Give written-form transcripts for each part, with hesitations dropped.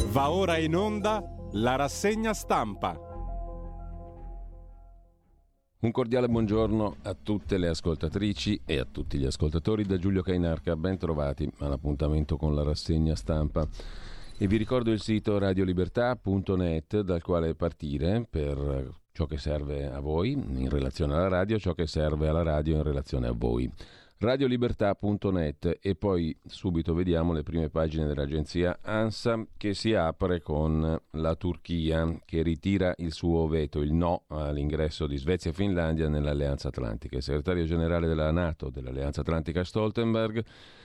Va ora in onda la rassegna stampa. Un cordiale buongiorno a tutte le ascoltatrici e a tutti gli ascoltatori da Giulio Cainarca. Ben trovati all'appuntamento con la rassegna stampa. E vi ricordo il sito radiolibertà.net dal quale partire per ciò che serve a voi in relazione alla radio, ciò che serve alla radio in relazione a voi. Radiolibertà.net e poi subito vediamo le prime pagine dell'agenzia ANSA che si apre con la Turchia che ritira il suo veto, il no all'ingresso di Svezia e Finlandia nell'Alleanza Atlantica. Il segretario generale della NATO, dell'Alleanza Atlantica Stoltenberg,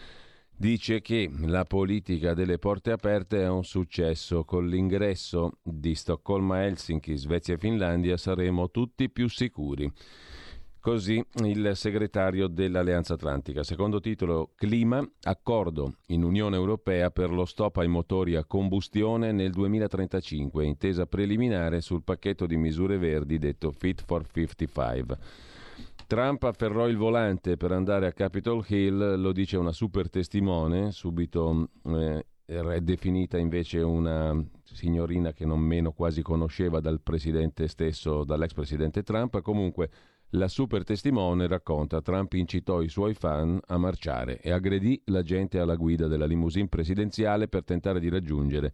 dice che la politica delle porte aperte è un successo. Con l'ingresso di Stoccolma, Helsinki, Svezia e Finlandia saremo tutti più sicuri. Così il segretario dell'Alleanza Atlantica. Secondo titolo, clima, accordo in Unione Europea per lo stop ai motori a combustione nel 2035, intesa preliminare sul pacchetto di misure verdi detto Fit for 55. Trump afferrò il volante per andare a Capitol Hill, lo dice una super testimone, subito è definita invece una signorina che non meno quasi conosceva dal presidente stesso, dall'ex presidente Trump. Comunque la super testimone racconta: Trump incitò i suoi fan a marciare e aggredì la gente alla guida della limousine presidenziale per tentare di raggiungere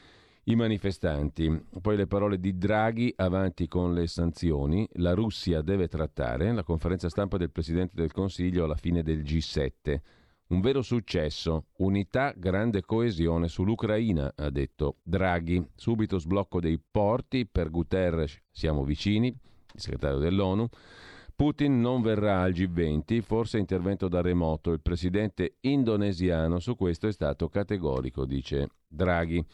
i manifestanti. Poi le parole di Draghi: avanti con le sanzioni, la Russia deve trattare. La conferenza stampa del Presidente del Consiglio alla fine del G7. Un vero successo, unità, grande coesione sull'Ucraina, ha detto Draghi. Subito sblocco dei porti, per Guterres siamo vicini, il segretario dell'ONU. Putin non verrà al G20, forse intervento da remoto. Il presidente indonesiano su questo è stato categorico, dice Draghi.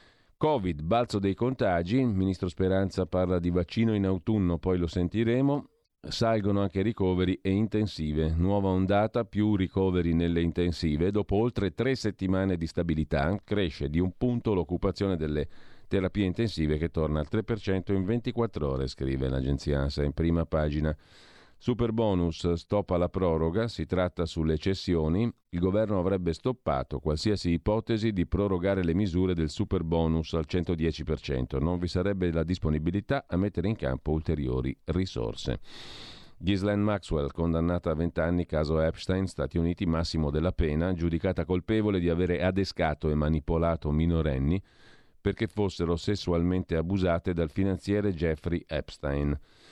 Covid, balzo dei contagi, il ministro Speranza parla di vaccino in autunno, poi lo sentiremo. Salgono anche ricoveri e intensive, nuova ondata, più ricoveri nelle intensive. Dopo oltre 3 settimane di stabilità cresce di 1 punto l'occupazione delle terapie intensive che torna al 3% in 24 ore, scrive l'agenzia ANSA in prima pagina. Super bonus, stop alla proroga, si tratta sulle cessioni. Il governo avrebbe stoppato qualsiasi ipotesi di prorogare le misure del super bonus al 110%. Non vi sarebbe la disponibilità a mettere in campo ulteriori risorse. Ghislaine Maxwell, condannata a 20 anni, caso Epstein, Stati Uniti, massimo della pena, giudicata colpevole di avere adescato e manipolato minorenni perché fossero sessualmente abusate dal finanziere Jeffrey Epstein.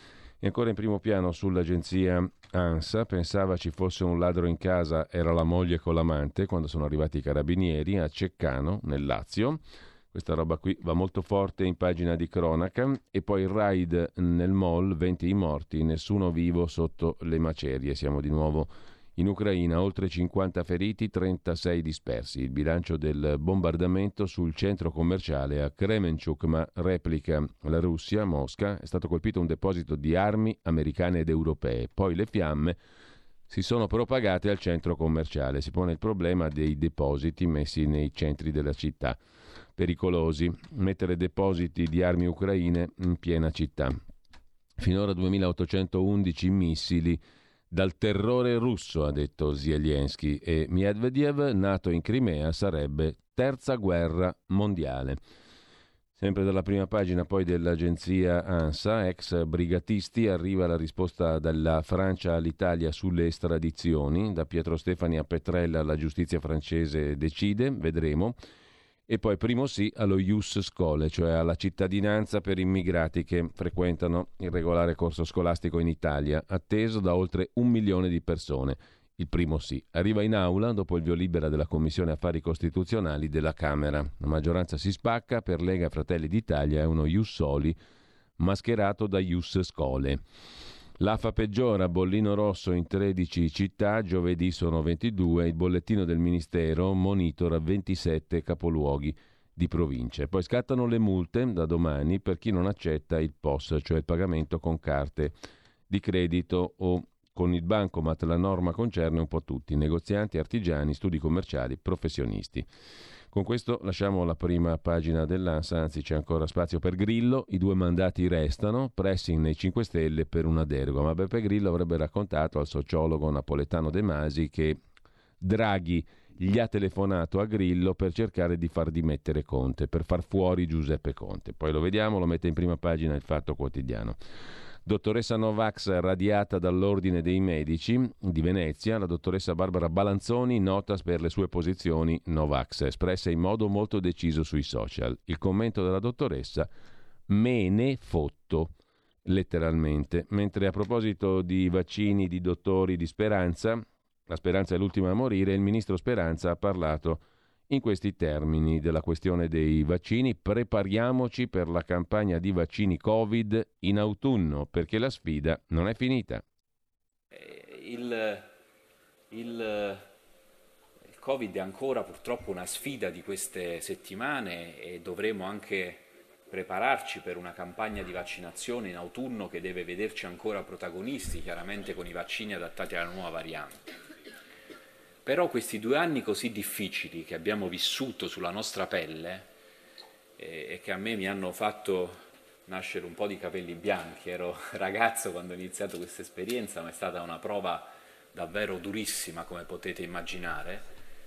E ancora in primo piano sull'agenzia ANSA, pensava ci fosse un ladro in casa, era la moglie con l'amante quando sono arrivati i carabinieri a Ceccano, nel Lazio. Questa roba qui va molto forte in pagina di cronaca. E poi il raid nel mall, 20 morti, nessuno vivo sotto le macerie. Siamo di nuovo in Ucraina, oltre 50 feriti, 36 dispersi. Il bilancio del bombardamento sul centro commerciale a Kremenchuk, ma replica la Russia, Mosca. È stato colpito un deposito di armi americane ed europee. Poi le fiamme si sono propagate al centro commerciale. Si pone il problema dei depositi messi nei centri della città. Pericolosi. Mettere depositi di armi ucraine in piena città. Finora 2811 missili dal terrore russo, ha detto Zelensky, e Medvedev, nato in Crimea, sarebbe terza guerra mondiale. Sempre dalla prima pagina poi dell'agenzia ANSA, ex brigatisti, arriva la risposta dalla Francia all'Italia sulle estradizioni. Da Pietro Stefani a Petrella la giustizia francese decide, vedremo. E poi primo sì allo Ius Scholae, cioè alla cittadinanza per immigrati che frequentano il regolare corso scolastico in Italia, atteso da oltre 1 milione di persone. Il primo sì arriva in aula dopo il via libera della Commissione Affari Costituzionali della Camera. La maggioranza si spacca, per Lega e Fratelli d'Italia è uno Ius Soli mascherato da Ius Scholae. L'AFA peggiora, bollino rosso in 13 città, giovedì sono 22, il bollettino del Ministero monitora 27 capoluoghi di province. Poi scattano le multe da domani per chi non accetta il POS, cioè il pagamento con carte di credito o con il bancomat. La norma concerne un po' tutti, negozianti, artigiani, studi commerciali, professionisti. Con questo lasciamo la prima pagina dell'ANSA, anzi c'è ancora spazio per Grillo, i 2 mandati restano, pressing nei 5 Stelle per una deroga, ma Beppe Grillo avrebbe raccontato al sociologo napoletano De Masi che Draghi gli ha telefonato a Grillo per cercare di far dimettere Conte, per far fuori Giuseppe Conte. Poi lo vediamo, lo mette in prima pagina il Fatto Quotidiano. Dottoressa Novax radiata dall'Ordine dei Medici di Venezia, la dottoressa Barbara Balanzoni, nota per le sue posizioni Novax, espresse in modo molto deciso sui social. Il commento della dottoressa: me ne fotto, letteralmente. Mentre a proposito di vaccini, di dottori, di Speranza, la speranza è l'ultima a morire, il ministro Speranza ha parlato in questi termini della questione dei vaccini: prepariamoci per la campagna di vaccini Covid in autunno, perché la sfida non è finita. Il Covid è ancora purtroppo una sfida di queste settimane e dovremo anche prepararci per una campagna di vaccinazione in autunno che deve vederci ancora protagonisti, chiaramente con i vaccini adattati alla nuova variante. Però questi 2 anni così difficili che abbiamo vissuto sulla nostra pelle e che a me mi hanno fatto nascere un po' di capelli bianchi, ero ragazzo quando ho iniziato questa esperienza, ma è stata una prova davvero durissima, come potete immaginare,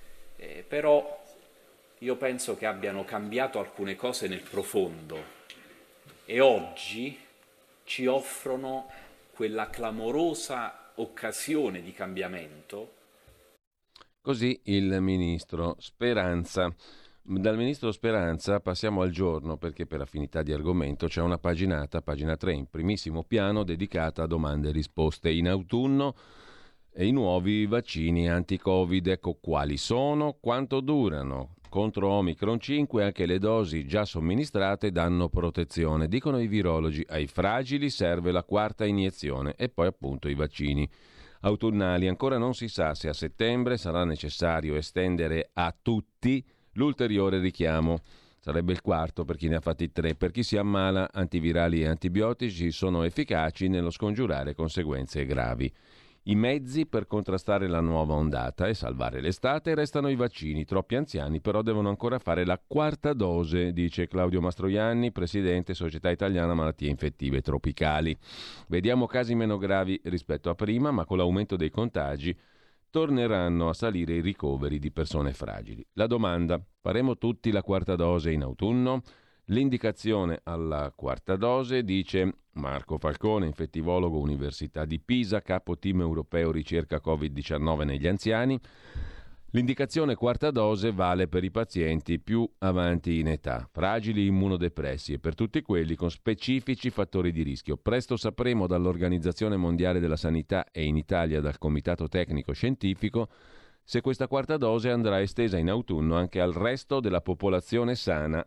però io penso che abbiano cambiato alcune cose nel profondo e oggi ci offrono quella clamorosa occasione di cambiamento. Così il ministro Speranza. Dal ministro Speranza passiamo al Giorno, perché per affinità di argomento c'è una paginata, pagina 3, in primissimo piano, dedicata a domande e risposte. In autunno e i nuovi vaccini anti-Covid, ecco quali sono, quanto durano. Contro Omicron 5 anche le dosi già somministrate danno protezione. Dicono i virologi, ai fragili serve la 4ª iniezione e poi appunto i vaccini autunnali. Ancora non si sa se a settembre sarà necessario estendere a tutti l'ulteriore richiamo. Sarebbe il 4º per chi ne ha fatti 3. Per chi si ammala, antivirali e antibiotici sono efficaci nello scongiurare conseguenze gravi. I mezzi per contrastare la nuova ondata e salvare l'estate restano i vaccini. Troppi anziani però devono ancora fare la 4ª dose, dice Claudio Mastroianni, presidente Società Italiana Malattie Infettive Tropicali. Vediamo casi meno gravi rispetto a prima, ma con l'aumento dei contagi torneranno a salire i ricoveri di persone fragili. La domanda: faremo tutti la 4ª dose in autunno? L'indicazione alla 4ª dose, dice Marco Falcone, infettivologo Università di Pisa, capo team europeo ricerca Covid-19 negli anziani. L'indicazione 4ª dose vale per i pazienti più avanti in età, fragili, immunodepressi e per tutti quelli con specifici fattori di rischio. Presto sapremo dall'Organizzazione Mondiale della Sanità e in Italia dal Comitato Tecnico Scientifico se questa 4ª dose andrà estesa in autunno anche al resto della popolazione sana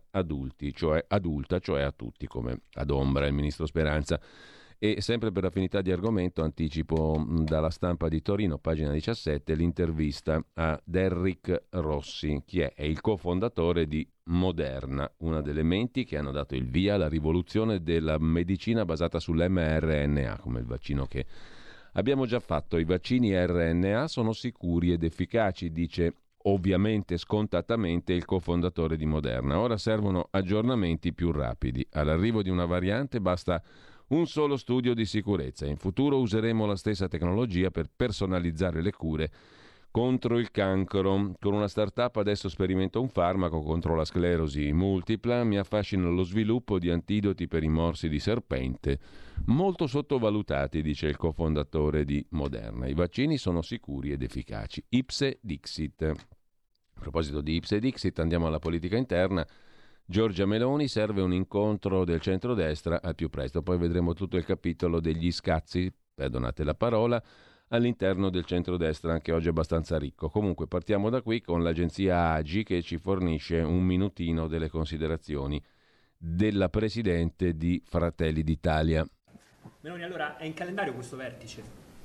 adulta, cioè a tutti, come adombra il ministro Speranza. E sempre per affinità di argomento anticipo dalla Stampa di Torino, pagina 17, l'intervista a Derrick Rossi, chi è? È il cofondatore di Moderna, una delle menti che hanno dato il via alla rivoluzione della medicina basata sull'mRNA, come il vaccino che abbiamo già fatto. I vaccini RNA sono sicuri ed efficaci, dice ovviamente scontatamente il cofondatore di Moderna. Ora servono aggiornamenti più rapidi. All'arrivo di una variante basta un solo studio di sicurezza. In futuro useremo la stessa tecnologia per personalizzare le cure contro il cancro. Con una startup adesso sperimento un farmaco contro la sclerosi multipla. Mi affascina lo sviluppo di antidoti per i morsi di serpente, molto sottovalutati, dice il cofondatore di Moderna. I vaccini sono sicuri ed efficaci. Ipse dixit. A proposito di ipse dixit, andiamo alla politica interna. Giorgia Meloni: serve un incontro del centrodestra al più presto. Poi vedremo tutto il capitolo degli scazzi, perdonate la parola, all'interno del centrodestra, anche oggi abbastanza ricco. Comunque partiamo da qui con l'agenzia AGI che ci fornisce un minutino delle considerazioni della presidente di Fratelli d'Italia. Meloni, allora è in calendario questo vertice?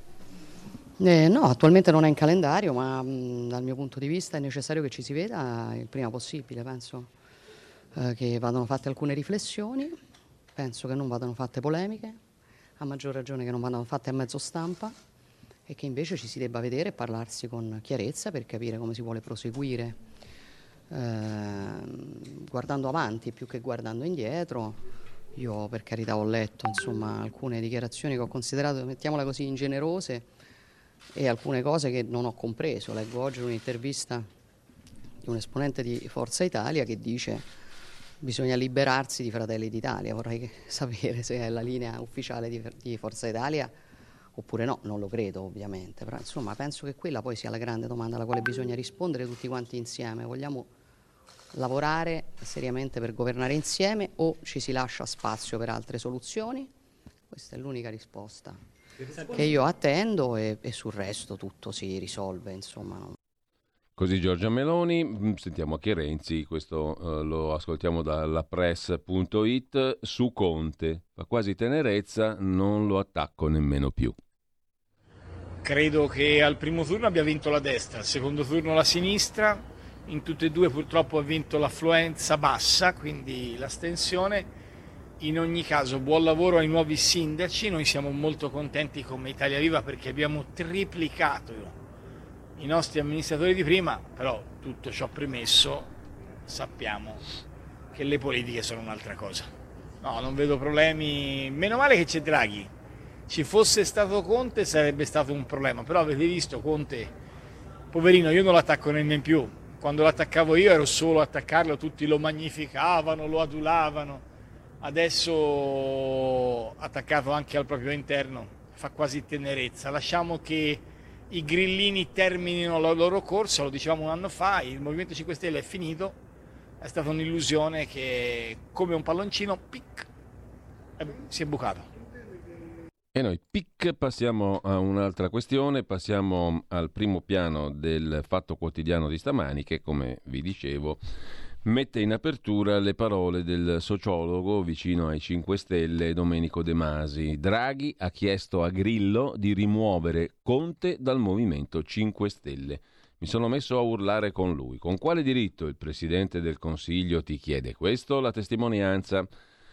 No, attualmente non è in calendario, ma dal mio punto di vista è necessario che ci si veda il prima possibile. Penso che vadano fatte alcune riflessioni, penso che non vadano fatte polemiche, a maggior ragione che non vadano fatte a mezzo stampa, e che invece ci si debba vedere e parlarsi con chiarezza per capire come si vuole proseguire, guardando avanti più che guardando indietro. Io per carità ho letto alcune dichiarazioni che ho considerato, mettiamola così, ingenerose, e alcune cose che non ho compreso. Leggo oggi un'intervista di un esponente di Forza Italia che dice bisogna liberarsi di Fratelli d'Italia. Vorrei sapere se è la linea ufficiale di Forza Italia oppure no, non lo credo ovviamente, però insomma penso che quella poi sia la grande domanda alla quale bisogna rispondere tutti quanti insieme. Vogliamo lavorare seriamente per governare insieme o ci si lascia spazio per altre soluzioni? Questa è l'unica risposta che io attendo e sul resto tutto si risolve, insomma. No? Così Giorgia Meloni. Sentiamo anche Renzi, questo lo ascoltiamo dalla press.it. Su Conte, fa quasi tenerezza, non lo attacco nemmeno più. Credo che al primo turno abbia vinto la destra, al secondo turno la sinistra, in tutte e due purtroppo ha vinto l'affluenza bassa, quindi l'astensione. In ogni caso buon lavoro ai nuovi sindaci, noi siamo molto contenti come Italia Viva perché abbiamo triplicato i nostri amministratori di prima, però tutto ciò premesso sappiamo che le politiche sono un'altra cosa. No, non vedo problemi, meno male che c'è Draghi, ci fosse stato Conte sarebbe stato un problema, però avete visto Conte, poverino, io non l'attacco nemmeno più, quando l'attaccavo io ero solo a attaccarlo, tutti lo magnificavano, lo adulavano. Adesso attaccato anche al proprio interno fa quasi tenerezza. Lasciamo che i grillini terminino la loro corsa, lo dicevamo un anno fa, il Movimento 5 Stelle è finito, è stata un'illusione che come un palloncino si è bucato. E noi passiamo a un'altra questione, passiamo al primo piano del Fatto Quotidiano di stamani che, come vi dicevo, mette in apertura le parole del sociologo vicino ai 5 Stelle Domenico De Masi. Draghi ha chiesto a Grillo di rimuovere Conte dal Movimento 5 Stelle. Mi sono messo a urlare con lui. Con quale diritto il Presidente del Consiglio ti chiede questo? La testimonianza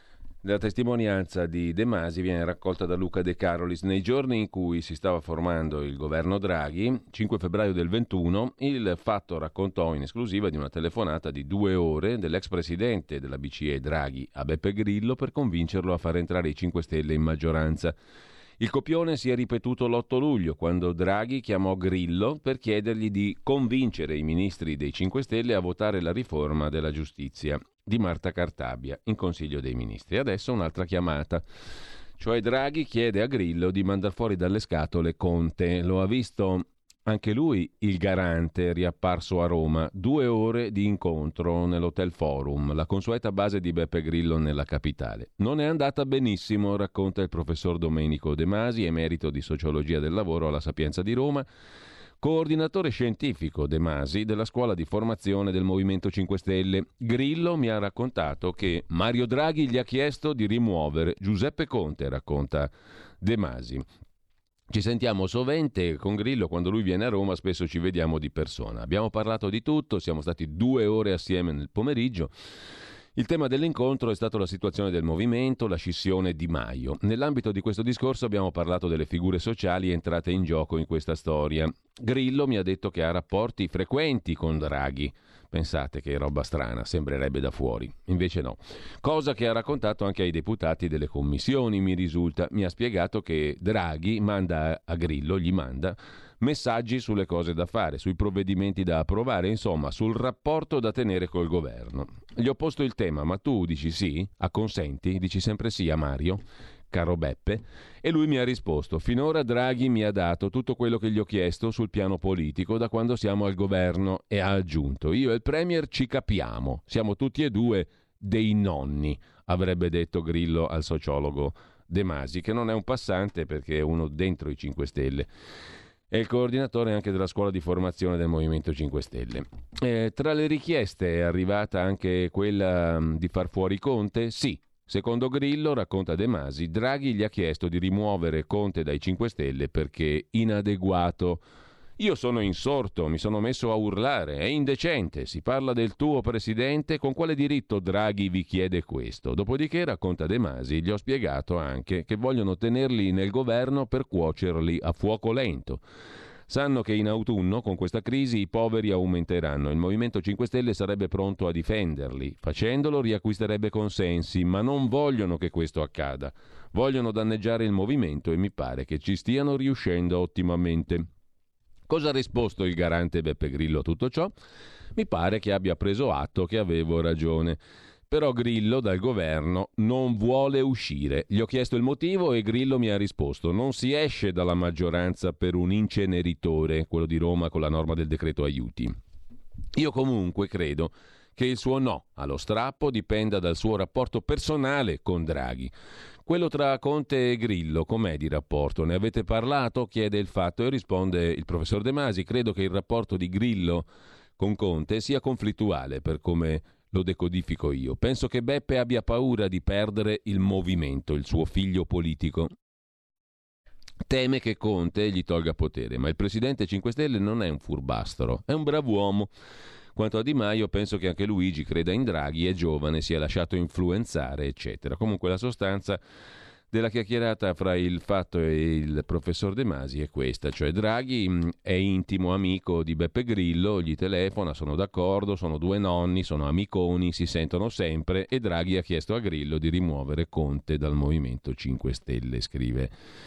di De Masi viene raccolta da Luca De Carolis. Nei giorni in cui si stava formando il governo Draghi, 5 febbraio del 21, il Fatto raccontò in esclusiva di una telefonata di 2 ore dell'ex presidente della BCE Draghi a Beppe Grillo per convincerlo a far entrare i 5 Stelle in maggioranza. Il copione si è ripetuto l'8 luglio, quando Draghi chiamò Grillo per chiedergli di convincere i ministri dei 5 Stelle a votare la riforma della giustizia di Marta Cartabia in Consiglio dei Ministri. Adesso un'altra chiamata, cioè Draghi chiede a Grillo di mandar fuori dalle scatole Conte. Lo ha visto anche lui il garante riapparso a Roma. 2 ore di incontro nell'Hotel Forum, la consueta base di Beppe Grillo nella capitale. Non è andata benissimo, racconta il professor Domenico De Masi, emerito di sociologia del lavoro alla Sapienza di Roma, coordinatore scientifico De Masi della scuola di formazione del Movimento 5 Stelle. Grillo mi ha raccontato che Mario Draghi gli ha chiesto di rimuovere Giuseppe Conte, racconta De Masi. Ci sentiamo sovente con Grillo, quando lui viene a Roma spesso ci vediamo di persona. Abbiamo parlato di tutto, siamo stati 2 ore assieme nel pomeriggio. Il tema dell'incontro è stato la situazione del movimento, la scissione Di Maio. Nell'ambito di questo discorso abbiamo parlato delle figure sociali entrate in gioco in questa storia. Grillo mi ha detto che ha rapporti frequenti con Draghi. Pensate che roba strana, sembrerebbe da fuori. Invece no. Cosa che ha raccontato anche ai deputati delle commissioni, mi risulta. Mi ha spiegato che Draghi manda a Grillo, gli manda messaggi sulle cose da fare, sui provvedimenti da approvare, insomma, sul rapporto da tenere col governo. Gli ho posto il tema, ma tu dici sì? Acconsenti? Dici sempre sì a Mario? Caro Beppe? E lui mi ha risposto: finora Draghi mi ha dato tutto quello che gli ho chiesto sul piano politico da quando siamo al governo, e ha aggiunto: io e il Premier ci capiamo, siamo tutti e due dei nonni, avrebbe detto Grillo al sociologo De Masi, che non è un passante perché è uno dentro i 5 Stelle. È il coordinatore anche della scuola di formazione del Movimento 5 Stelle. Tra le richieste è arrivata anche quella di far fuori Conte? Sì. Secondo Grillo, racconta De Masi, Draghi gli ha chiesto di rimuovere Conte dai 5 Stelle perché inadeguato. Io sono insorto, mi sono messo a urlare, è indecente, si parla del tuo presidente, con quale diritto Draghi vi chiede questo? Dopodiché, racconta De Masi, gli ho spiegato anche che vogliono tenerli nel governo per cuocerli a fuoco lento. Sanno che in autunno, con questa crisi, i poveri aumenteranno. Il Movimento 5 Stelle sarebbe pronto a difenderli. Facendolo riacquisterebbe consensi, ma non vogliono che questo accada. Vogliono danneggiare il movimento e mi pare che ci stiano riuscendo ottimamente. Cosa ha risposto il garante Beppe Grillo a tutto ciò? Mi pare che abbia preso atto che avevo ragione. Però Grillo dal governo non vuole uscire. Gli ho chiesto il motivo e Grillo mi ha risposto: non si esce dalla maggioranza per un inceneritore, quello di Roma con la norma del decreto aiuti. Io comunque credo che il suo no allo strappo dipenda dal suo rapporto personale con Draghi. Quello tra Conte e Grillo, com'è di rapporto? Ne avete parlato? Chiede il Fatto e risponde il professor De Masi: credo che il rapporto di Grillo con Conte sia conflittuale per come lo decodifico io. Penso che Beppe abbia paura di perdere il movimento, il suo figlio politico. Teme che Conte gli tolga potere, ma il presidente 5 Stelle non è un furbastro, è un brav'uomo. Quanto a Di Maio, penso che anche Luigi creda in Draghi, è giovane, si è lasciato influenzare, eccetera. Comunque la sostanza della chiacchierata fra il Fatto e il professor De Masi è questa, cioè Draghi è intimo amico di Beppe Grillo, gli telefona, sono d'accordo, sono due nonni, sono amiconi, si sentono sempre e Draghi ha chiesto a Grillo di rimuovere Conte dal Movimento 5 Stelle, scrive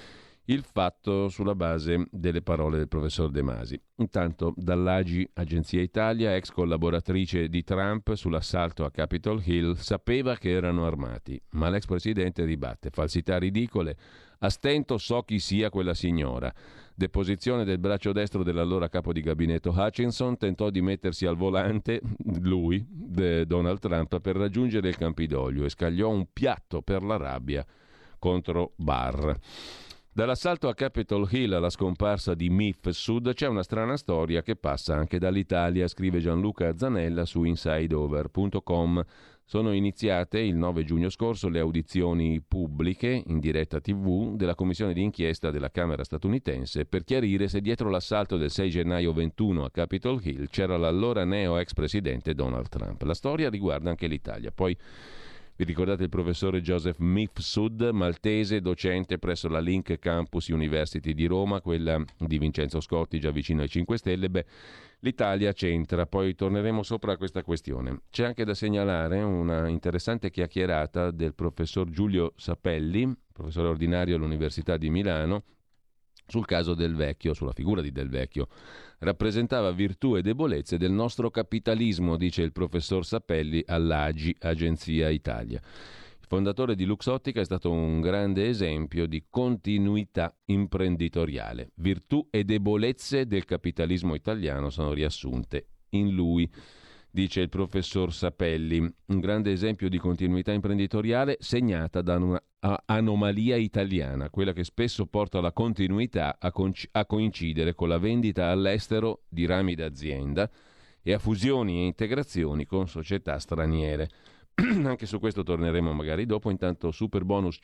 il Fatto sulla base delle parole del professor De Masi. Intanto dall'AGI Agenzia Italia, ex collaboratrice di Trump sull'assalto a Capitol Hill, sapeva che erano armati, ma l'ex presidente ribatte: falsità ridicole, a stento so chi sia quella signora. Deposizione del braccio destro dell'allora capo di gabinetto Hutchinson, tentò di mettersi al volante, lui, Donald Trump, per raggiungere il Campidoglio e scagliò un piatto per la rabbia contro Barr. Dall'assalto a Capitol Hill alla scomparsa di Mifsud c'è una strana storia che passa anche dall'Italia, scrive Gianluca Zanella su insideover.com. Sono iniziate il 9 giugno scorso le audizioni pubbliche in diretta TV della commissione di inchiesta della Camera statunitense per chiarire se dietro l'assalto del 6 gennaio 21 a Capitol Hill c'era l'allora neo ex presidente Donald Trump. La storia riguarda anche l'Italia. Poi vi ricordate il professore Joseph Mifsud, maltese, docente presso la Link Campus University di Roma, quella di Vincenzo Scotti, già vicino ai 5 Stelle? Beh, l'Italia c'entra, poi torneremo sopra a questa questione. C'è anche da segnalare una interessante chiacchierata del professor Giulio Sapelli, professore ordinario all'Università di Milano, sul caso Del Vecchio, sulla figura di Del Vecchio. Rappresentava virtù e debolezze del nostro capitalismo, dice il professor Sapelli all'AGI, Agenzia Italia. Il fondatore di Luxottica è stato un grande esempio di continuità imprenditoriale. Virtù e debolezze del capitalismo italiano sono riassunte in lui, dice il professor Sapelli. Un grande esempio di continuità imprenditoriale segnata da una anomalia italiana, quella che spesso porta la continuità a coincidere con la vendita all'estero di rami d'azienda e a fusioni e integrazioni con società straniere. Anche su questo torneremo magari dopo. Intanto super bonus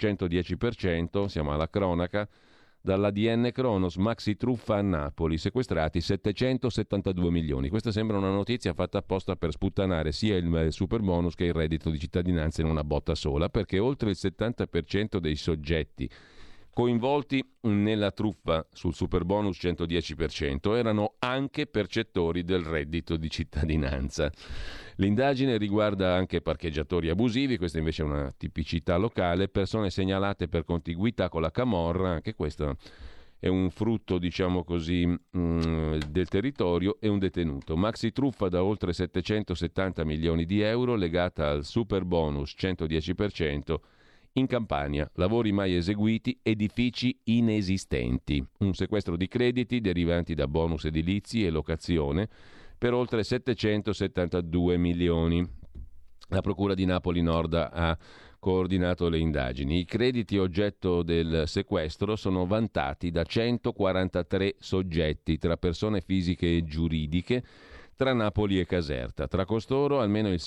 110%, siamo alla cronaca. Dall'ADN Cronos, maxi truffa a Napoli, sequestrati 772 milioni. Questa sembra una notizia fatta apposta per sputtanare sia il super bonus che il reddito di cittadinanza in una botta sola, perché oltre il 70% dei soggetti coinvolti nella truffa sul super bonus 110% erano anche percettori del reddito di cittadinanza. L'indagine riguarda anche parcheggiatori abusivi, questa invece è una tipicità locale, persone segnalate per contiguità con la camorra, anche questo è un frutto, diciamo così, del territorio, e un detenuto. Maxi truffa da oltre 770 milioni di euro legata al super bonus 110%, in Campania, lavori mai eseguiti, edifici inesistenti. Un sequestro di crediti derivanti da bonus edilizi e locazione per oltre 772 milioni. La Procura di Napoli Nord ha coordinato le indagini. I crediti oggetto del sequestro sono vantati da 143 soggetti, tra persone fisiche e giuridiche, tra Napoli e Caserta. Tra costoro almeno il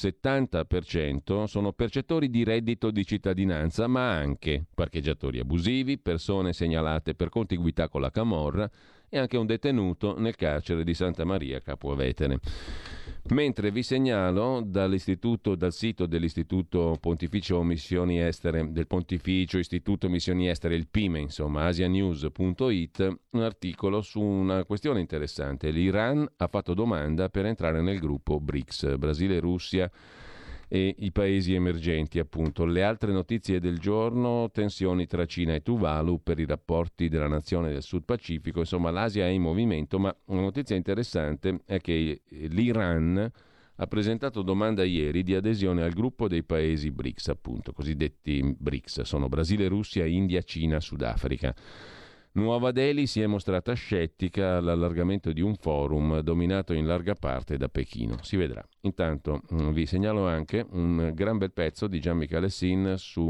70% sono percettori di reddito di cittadinanza, ma anche parcheggiatori abusivi, persone segnalate per contiguità con la camorra e anche un detenuto nel carcere di Santa Maria Capua Vetere. Mentre vi segnalo dal sito dell'Istituto Pontificio Missioni Estere, del Pontificio Istituto Missioni Estere, il PIME, insomma, asianews.it, un articolo su una questione interessante. L'Iran ha fatto domanda per entrare nel gruppo BRICS, Brasile, Russia e i paesi emergenti, appunto. Le altre notizie del giorno: tensioni tra Cina e Tuvalu per i rapporti della nazione del Sud Pacifico. Insomma, l'Asia è in movimento, ma una notizia interessante è che l'Iran ha presentato domanda ieri di adesione al gruppo dei paesi BRICS, appunto, cosiddetti BRICS. Sono Brasile, Russia, India, Cina, Sudafrica. Nuova Delhi si è mostrata scettica all'allargamento di un forum dominato in larga parte da Pechino. Si vedrà. Intanto vi segnalo anche un gran bel pezzo di Gian Michele Sin su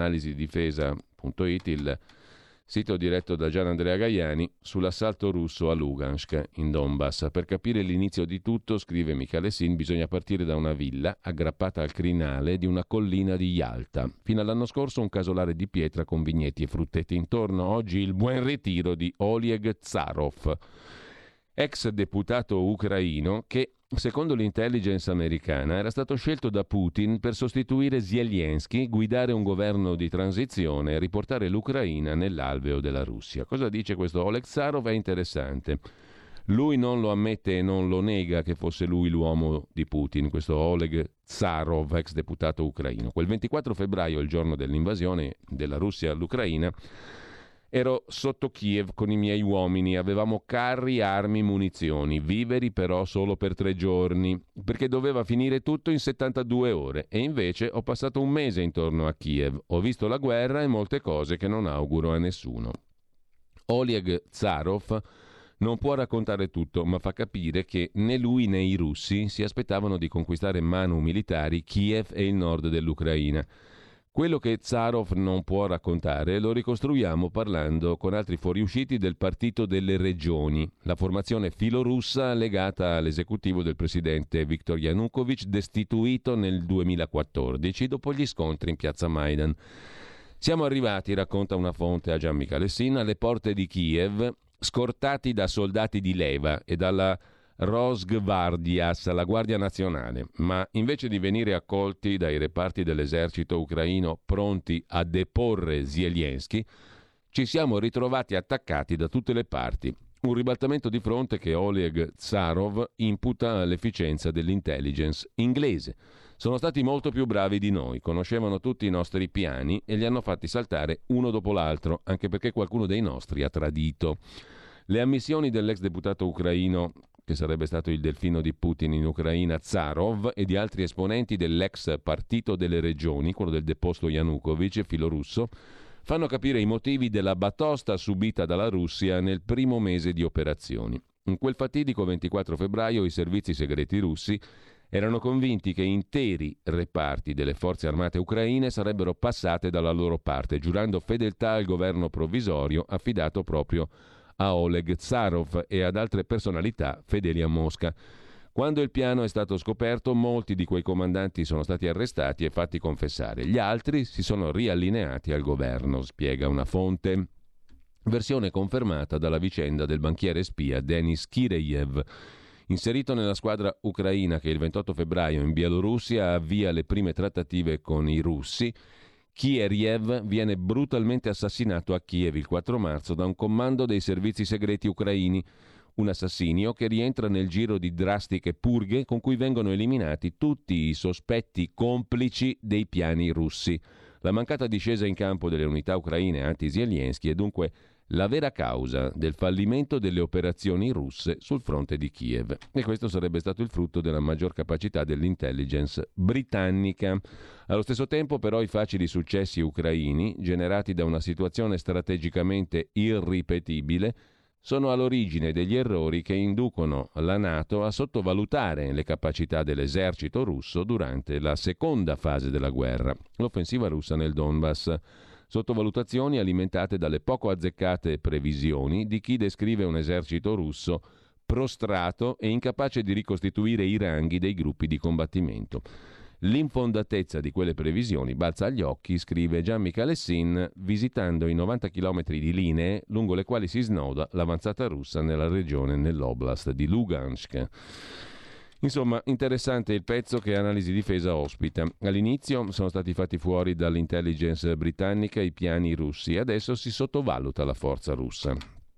analisidifesa.it, il sito diretto da Gian Andrea Gaiani, sull'assalto russo a Lugansk, in Donbass. Per capire l'inizio di tutto, scrive Michele Sin, bisogna partire da una villa aggrappata al crinale di una collina di Yalta. Fino all'anno scorso un casolare di pietra con vigneti e frutteti intorno. Oggi il buon ritiro di Oleg Zarov, ex deputato ucraino che, secondo l'intelligence americana, era stato scelto da Putin per sostituire Zelensky, guidare un governo di transizione e riportare l'Ucraina nell'alveo della Russia. Cosa dice questo Oleg Zarov? È interessante. Lui non lo ammette e non lo nega che fosse lui l'uomo di Putin, questo Oleg Zarov, ex deputato ucraino. Quel 24 febbraio, il giorno dell'invasione della Russia all'Ucraina, ero sotto Kiev con i miei uomini, avevamo carri, armi, munizioni, viveri però solo per 3 giorni, perché doveva finire tutto in 72 ore e invece ho passato un mese intorno a Kiev, ho visto la guerra e molte cose che non auguro a nessuno. Oleg Zarov non può raccontare tutto, ma fa capire che né lui né i russi si aspettavano di conquistare manu militari Kiev e il nord dell'Ucraina. Quello che Zarov non può raccontare lo ricostruiamo parlando con altri fuoriusciti del Partito delle Regioni, la formazione filorussa legata all'esecutivo del presidente Viktor Yanukovych, destituito nel 2014 dopo gli scontri in piazza Maidan. Siamo arrivati, racconta una fonte a Gian Michele Sin, alle porte di Kiev, scortati da soldati di leva e dalla Rosgvardias, la Guardia Nazionale, ma invece di venire accolti dai reparti dell'esercito ucraino pronti a deporre Zelensky, ci siamo ritrovati attaccati da tutte le parti. Un ribaltamento di fronte che Oleg Zarov imputa all'efficienza dell'intelligence inglese. Sono stati molto più bravi di noi, conoscevano tutti i nostri piani e li hanno fatti saltare uno dopo l'altro, anche perché qualcuno dei nostri ha tradito. Le ammissioni dell'ex deputato ucraino, che sarebbe stato il delfino di Putin in Ucraina, Zarov, e di altri esponenti dell'ex Partito delle Regioni, quello del deposto Yanukovych, filorusso, fanno capire i motivi della batosta subita dalla Russia nel primo mese di operazioni. In quel fatidico 24 febbraio i servizi segreti russi erano convinti che interi reparti delle forze armate ucraine sarebbero passate dalla loro parte, giurando fedeltà al governo provvisorio affidato proprio a Oleg Zarov e ad altre personalità fedeli a Mosca. Quando il piano è stato scoperto, molti di quei comandanti sono stati arrestati e fatti confessare. Gli altri si sono riallineati al governo, spiega una fonte. Versione confermata dalla vicenda del banchiere spia Denis Kireyev, inserito nella squadra ucraina che il 28 febbraio in Bielorussia avvia le prime trattative con i russi. Kireyev viene brutalmente assassinato a Kiev il 4 marzo da un comando dei servizi segreti ucraini, un assassinio che rientra nel giro di drastiche purghe con cui vengono eliminati tutti i sospetti complici dei piani russi. La mancata discesa in campo delle unità ucraine anti-Zelensky è dunque la vera causa del fallimento delle operazioni russe sul fronte di Kiev. E questo sarebbe stato il frutto della maggior capacità dell'intelligence britannica. Allo stesso tempo, però, i facili successi ucraini, generati da una situazione strategicamente irripetibile, sono all'origine degli errori che inducono la NATO a sottovalutare le capacità dell'esercito russo durante la seconda fase della guerra, l'offensiva russa nel Donbass. Sottovalutazioni alimentate dalle poco azzeccate previsioni di chi descrive un esercito russo prostrato e incapace di ricostituire i ranghi dei gruppi di combattimento. L'infondatezza di quelle previsioni balza agli occhi, scrive Gian Michele Sin, visitando i 90 km di linee lungo le quali si snoda l'avanzata russa nella regione, nell'oblast di Lugansk. Insomma, interessante il pezzo che Analisi Difesa ospita. All'inizio sono stati fatti fuori dall'intelligence britannica i piani russi, adesso si sottovaluta la forza russa.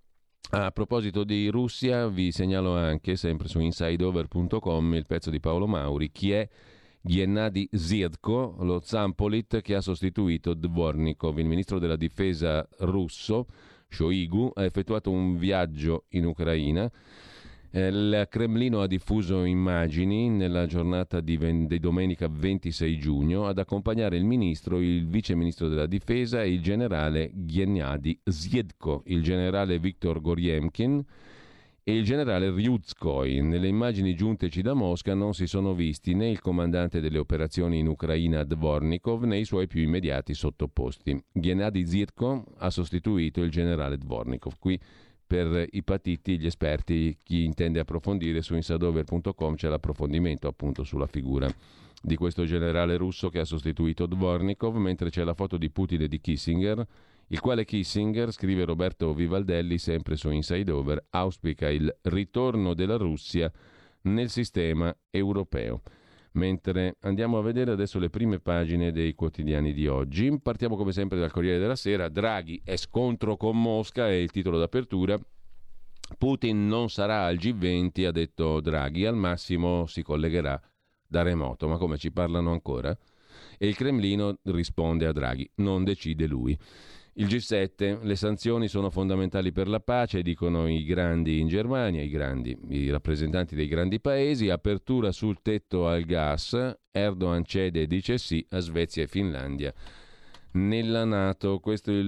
A proposito di Russia, vi segnalo anche, sempre su insideover.com, il pezzo di Paolo Mauri, chi è Gennady Zhirkov, lo Zampolit che ha sostituito Dvornikov. Il ministro della difesa russo, Shoigu, ha effettuato un viaggio in Ucraina. Il Cremlino ha diffuso immagini nella giornata di domenica 26 giugno ad accompagnare il ministro, il vice ministro della difesa e il generale Gennady Zhirkov, il generale Viktor Goryemkin e il generale Ryuzkoy. Nelle immagini giunteci da Mosca non si sono visti né il comandante delle operazioni in Ucraina Dvornikov né i suoi più immediati sottoposti. Gennady Zhirkov ha sostituito il generale Dvornikov. Qui per i patiti, gli esperti, chi intende approfondire, su insadover.com c'è l'approfondimento appunto sulla figura di questo generale russo che ha sostituito Dvornikov, mentre c'è la foto di Putin e di Kissinger, il quale Kissinger, scrive Roberto Vivaldelli sempre su Inside Over, auspica il ritorno della Russia nel sistema europeo. Mentre andiamo a vedere adesso le prime pagine dei quotidiani di oggi, partiamo come sempre dal Corriere della Sera. Draghi è scontro con Mosca, è il titolo d'apertura. Putin non sarà al G20, ha detto Draghi, al massimo si collegherà da remoto. Ma come, ci parlano ancora? E il Cremlino risponde a Draghi, non decide lui. Il G7, le sanzioni sono fondamentali per la pace, dicono i grandi in Germania, i rappresentanti dei grandi paesi. Apertura sul tetto al gas, Erdogan cede e dice sì a Svezia e Finlandia nella NATO. Questo è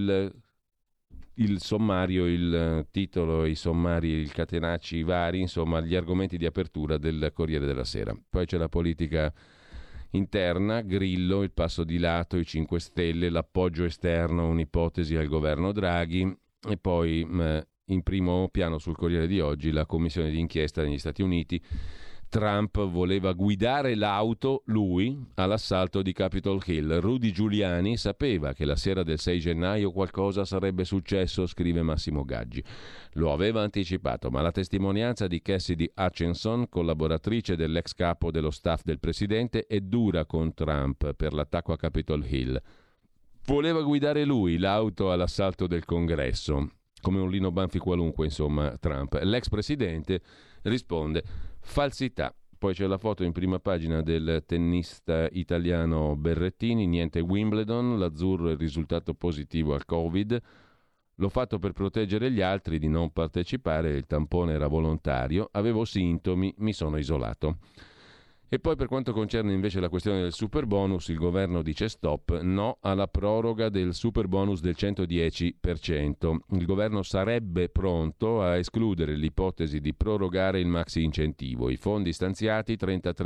il sommario, il titolo, i sommari, il catenacci vari, insomma gli argomenti di apertura del Corriere della Sera. Poi c'è la politica interna, Grillo, il passo di lato, i 5 Stelle, l'appoggio esterno, un'ipotesi al governo Draghi, e poi in primo piano sul Corriere di oggi la commissione di inchiesta negli Stati Uniti. Trump voleva guidare l'auto, lui, all'assalto di Capitol Hill. Rudy Giuliani sapeva che la sera del 6 gennaio qualcosa sarebbe successo, scrive Massimo Gaggi. Lo aveva anticipato, ma la testimonianza di Cassidy Hutchinson, collaboratrice dell'ex capo dello staff del presidente, è dura con Trump per l'attacco a Capitol Hill. Voleva guidare lui l'auto all'assalto del Congresso, come un Lino Banfi qualunque, insomma, Trump. L'ex presidente risponde: falsità. Poi c'è la foto in prima pagina del tennista italiano Berrettini, niente Wimbledon, l'azzurro è il risultato positivo al Covid. L'ho fatto per proteggere gli altri di non partecipare, il tampone era volontario, avevo sintomi, mi sono isolato. E poi per quanto concerne invece la questione del super bonus, il governo dice stop, no alla proroga del super bonus del 110%. Il governo sarebbe pronto a escludere l'ipotesi di prorogare il maxi incentivo. I fondi stanziati,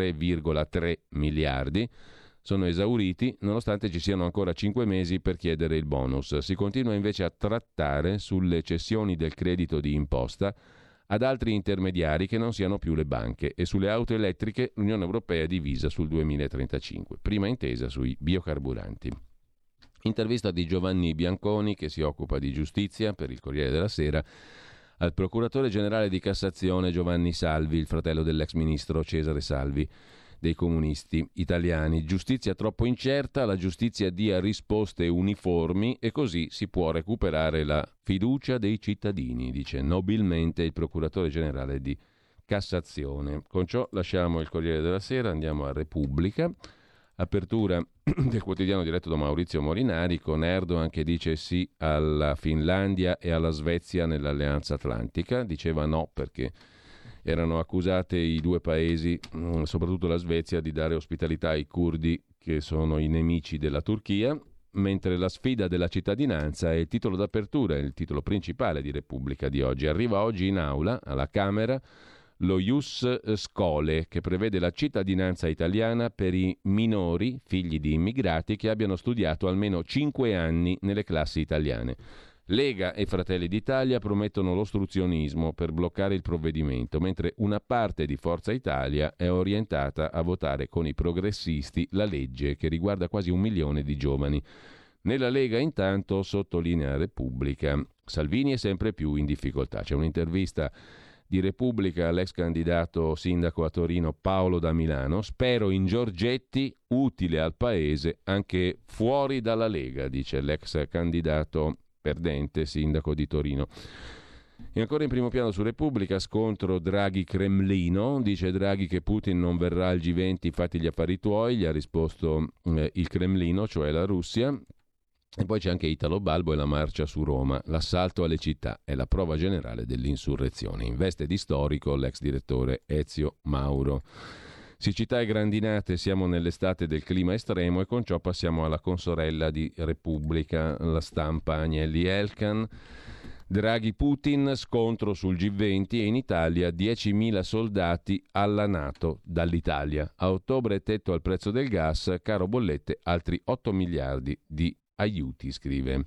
33,3 miliardi, sono esauriti nonostante ci siano ancora 5 mesi per chiedere il bonus. Si continua invece a trattare sulle cessioni del credito di imposta ad altri intermediari che non siano più le banche, e sulle auto elettriche l'Unione Europea è divisa sul 2035. Prima intesa sui biocarburanti. Intervista di Giovanni Bianconi, che si occupa di giustizia per il Corriere della Sera, al procuratore generale di Cassazione Giovanni Salvi, il fratello dell'ex ministro Cesare Salvi, dei comunisti italiani. Giustizia troppo incerta, la giustizia dia risposte uniformi e così si può recuperare la fiducia dei cittadini, dice nobilmente il procuratore generale di Cassazione. Con ciò lasciamo il Corriere della Sera, andiamo a Repubblica. Apertura del quotidiano diretto da Maurizio Molinari, con Erdogan che dice sì alla Finlandia e alla Svezia nell'Alleanza Atlantica. Diceva no perché erano accusate i due paesi, soprattutto la Svezia, di dare ospitalità ai curdi che sono i nemici della Turchia, mentre la sfida della cittadinanza è il titolo d'apertura, è il titolo principale di Repubblica di oggi. Arriva oggi in aula, alla Camera, lo Ius Scholae, che prevede la cittadinanza italiana per i minori, figli di immigrati, che abbiano studiato almeno 5 anni nelle classi italiane. Lega e Fratelli d'Italia promettono l'ostruzionismo per bloccare il provvedimento, mentre una parte di Forza Italia è orientata a votare con i progressisti la legge che riguarda quasi 1 milione di giovani. Nella Lega, intanto, sottolinea Repubblica, Salvini è sempre più in difficoltà. C'è un'intervista di Repubblica all'ex candidato sindaco a Torino Paolo da Milano. Spero in Giorgetti, utile al paese anche fuori dalla Lega, dice l'ex candidato perdente sindaco di Torino. E ancora in primo piano su Repubblica, scontro Draghi-Cremlino. Dice Draghi che Putin non verrà al G20, fatti gli affari tuoi, gli ha risposto il Cremlino, cioè la Russia. E poi c'è anche Italo Balbo e la marcia su Roma. L'assalto alle città è la prova generale dell'insurrezione. In veste di storico l'ex direttore Ezio Mauro. Siccità e grandinate, siamo nell'estate del clima estremo e con ciò passiamo alla consorella di Repubblica, La Stampa, Agnelli Elkan. Draghi-Putin, scontro sul G20 e in Italia 10.000 soldati alla NATO dall'Italia. A ottobre tetto al prezzo del gas, caro bollette, altri 8 miliardi di aiuti, scrive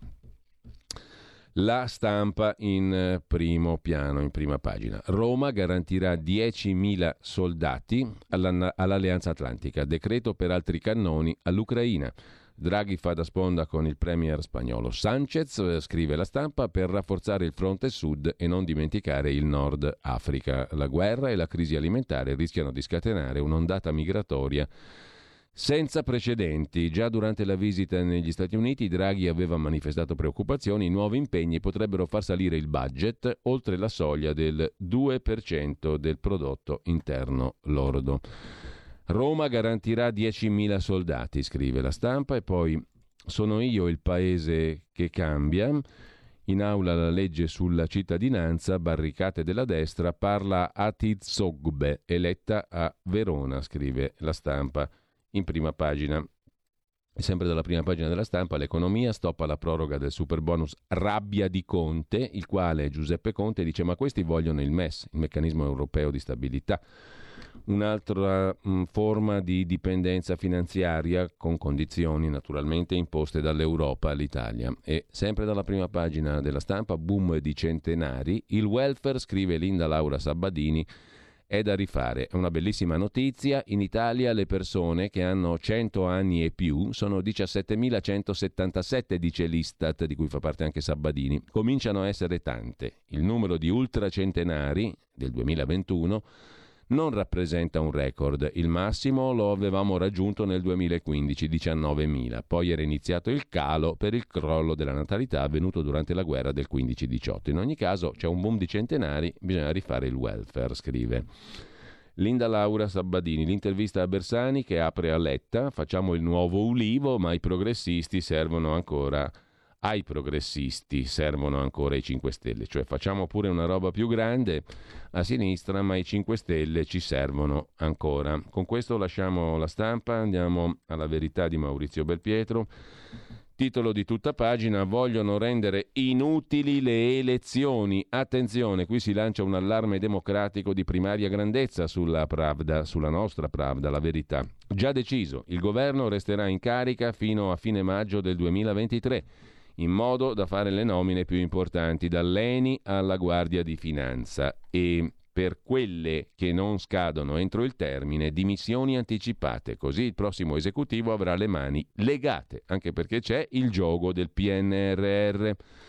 La Stampa in primo piano, in prima pagina. Roma garantirà 10.000 soldati all'Alleanza Atlantica, decreto per altri cannoni all'Ucraina. Draghi fa da sponda con il premier spagnolo Sanchez, scrive La Stampa, per rafforzare il fronte sud e non dimenticare il Nord Africa. La guerra e la crisi alimentare rischiano di scatenare un'ondata migratoria senza precedenti. Già durante la visita negli Stati Uniti Draghi aveva manifestato preoccupazioni. I nuovi impegni potrebbero far salire il budget oltre la soglia del 2% del prodotto interno lordo. Roma garantirà 10.000 soldati, scrive La Stampa, e poi sono io il paese che cambia. In aula la legge sulla cittadinanza, barricate della destra, parla Atid Sogbe, eletta a Verona, scrive La Stampa in prima pagina. Sempre dalla prima pagina della Stampa, l'economia, stoppa la proroga del superbonus, rabbia di Conte, il quale Giuseppe Conte dice ma questi vogliono il MES, il meccanismo europeo di stabilità. Un'altra forma di dipendenza finanziaria con condizioni naturalmente imposte dall'Europa all'Italia. E sempre dalla prima pagina della Stampa, boom di centenari, il welfare, scrive Linda Laura Sabbadini, è da rifare. È una bellissima notizia. In Italia le persone che hanno 100 anni e più sono 17.177, dice l'Istat, di cui fa parte anche Sabbadini. Cominciano a essere tante. Il numero di ultracentenari del 2021 non rappresenta un record. Il massimo lo avevamo raggiunto nel 2015, 19.000. Poi era iniziato il calo per il crollo della natalità avvenuto durante la guerra del 15-18. In ogni caso c'è un boom di centenari, bisogna rifare il welfare, scrive Linda Laura Sabbadini. L'intervista a Bersani che apre a Letta, facciamo il nuovo Ulivo, ma ai progressisti servono ancora i 5 Stelle, cioè facciamo pure una roba più grande a sinistra, ma i 5 Stelle ci servono ancora. Con questo lasciamo La Stampa, andiamo alla Verità di Maurizio Belpietro. Titolo di tutta pagina: vogliono rendere inutili le elezioni. Attenzione, qui si lancia un allarme democratico di primaria grandezza sulla Pravda, sulla nostra Pravda, La Verità. Già deciso, il governo resterà in carica fino a fine maggio del 2023. In modo da fare le nomine più importanti, dall'ENI alla Guardia di Finanza, e per quelle che non scadono entro il termine, dimissioni anticipate, così il prossimo esecutivo avrà le mani legate, anche perché c'è il gioco del PNRR.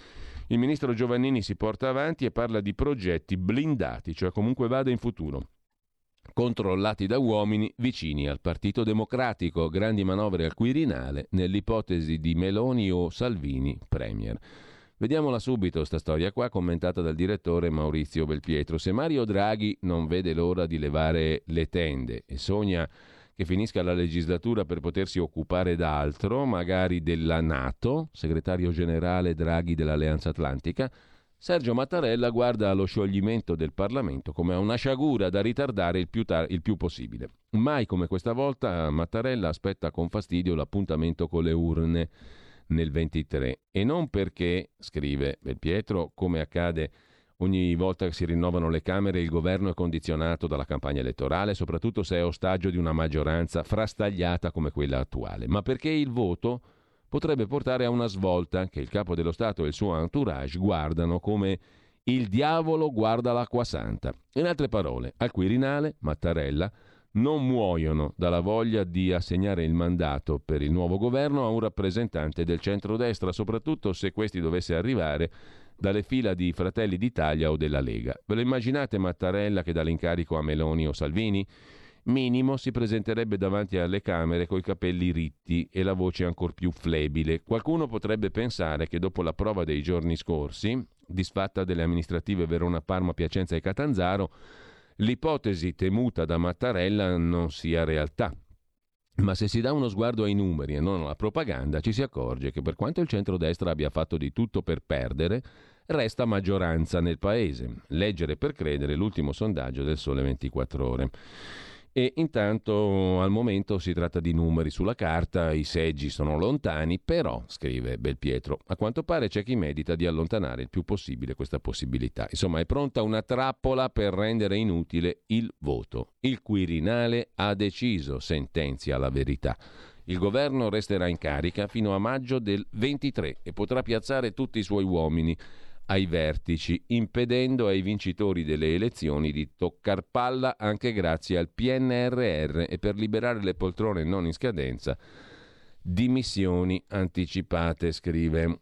Il ministro Giovannini si porta avanti e parla di progetti blindati, cioè comunque vada in futuro, controllati da uomini vicini al Partito Democratico, grandi manovre al Quirinale nell'ipotesi di Meloni o Salvini premier. Vediamola subito sta storia qua, commentata dal direttore Maurizio Belpietro. Se Mario Draghi non vede l'ora di levare le tende e sogna che finisca la legislatura per potersi occupare d'altro, magari della NATO, segretario generale Draghi dell'Alleanza Atlantica, Sergio Mattarella guarda allo scioglimento del Parlamento come a una sciagura da ritardare il più possibile. Mai come questa volta Mattarella aspetta con fastidio l'appuntamento con le urne nel 23, e non perché, scrive Belpietro, come accade ogni volta che si rinnovano le Camere, il governo è condizionato dalla campagna elettorale, soprattutto se è ostaggio di una maggioranza frastagliata come quella attuale, ma perché il voto potrebbe portare a una svolta che il capo dello Stato e il suo entourage guardano come il diavolo guarda l'acqua santa. In altre parole, al Quirinale Mattarella non muoiono dalla voglia di assegnare il mandato per il nuovo governo a un rappresentante del centrodestra, soprattutto se questi dovesse arrivare dalle fila di Fratelli d'Italia o della Lega. Ve lo immaginate Mattarella che dà l'incarico a Meloni o Salvini? Minimo si presenterebbe davanti alle Camere coi capelli ritti e la voce ancor più flebile. Qualcuno potrebbe pensare che dopo la prova dei giorni scorsi, disfatta delle amministrative Verona, Parma, Piacenza e Catanzaro, l'ipotesi temuta da Mattarella non sia realtà. Ma se si dà uno sguardo ai numeri e non alla propaganda, ci si accorge che per quanto il centrodestra abbia fatto di tutto per perdere, resta maggioranza nel paese. Leggere per credere, l'ultimo sondaggio del Sole 24 Ore. E intanto al momento si tratta di numeri sulla carta, i seggi sono lontani, però, scrive Belpietro, a quanto pare c'è chi medita di allontanare il più possibile questa possibilità. Insomma, è pronta una trappola per rendere inutile il voto. Il Quirinale ha deciso, sentenzia La Verità. Il governo resterà in carica fino a maggio del 23 e potrà piazzare tutti i suoi uomini ai vertici, impedendo ai vincitori delle elezioni di toccar palla anche grazie al PNRR e per liberare le poltrone non in scadenza, dimissioni anticipate, scrive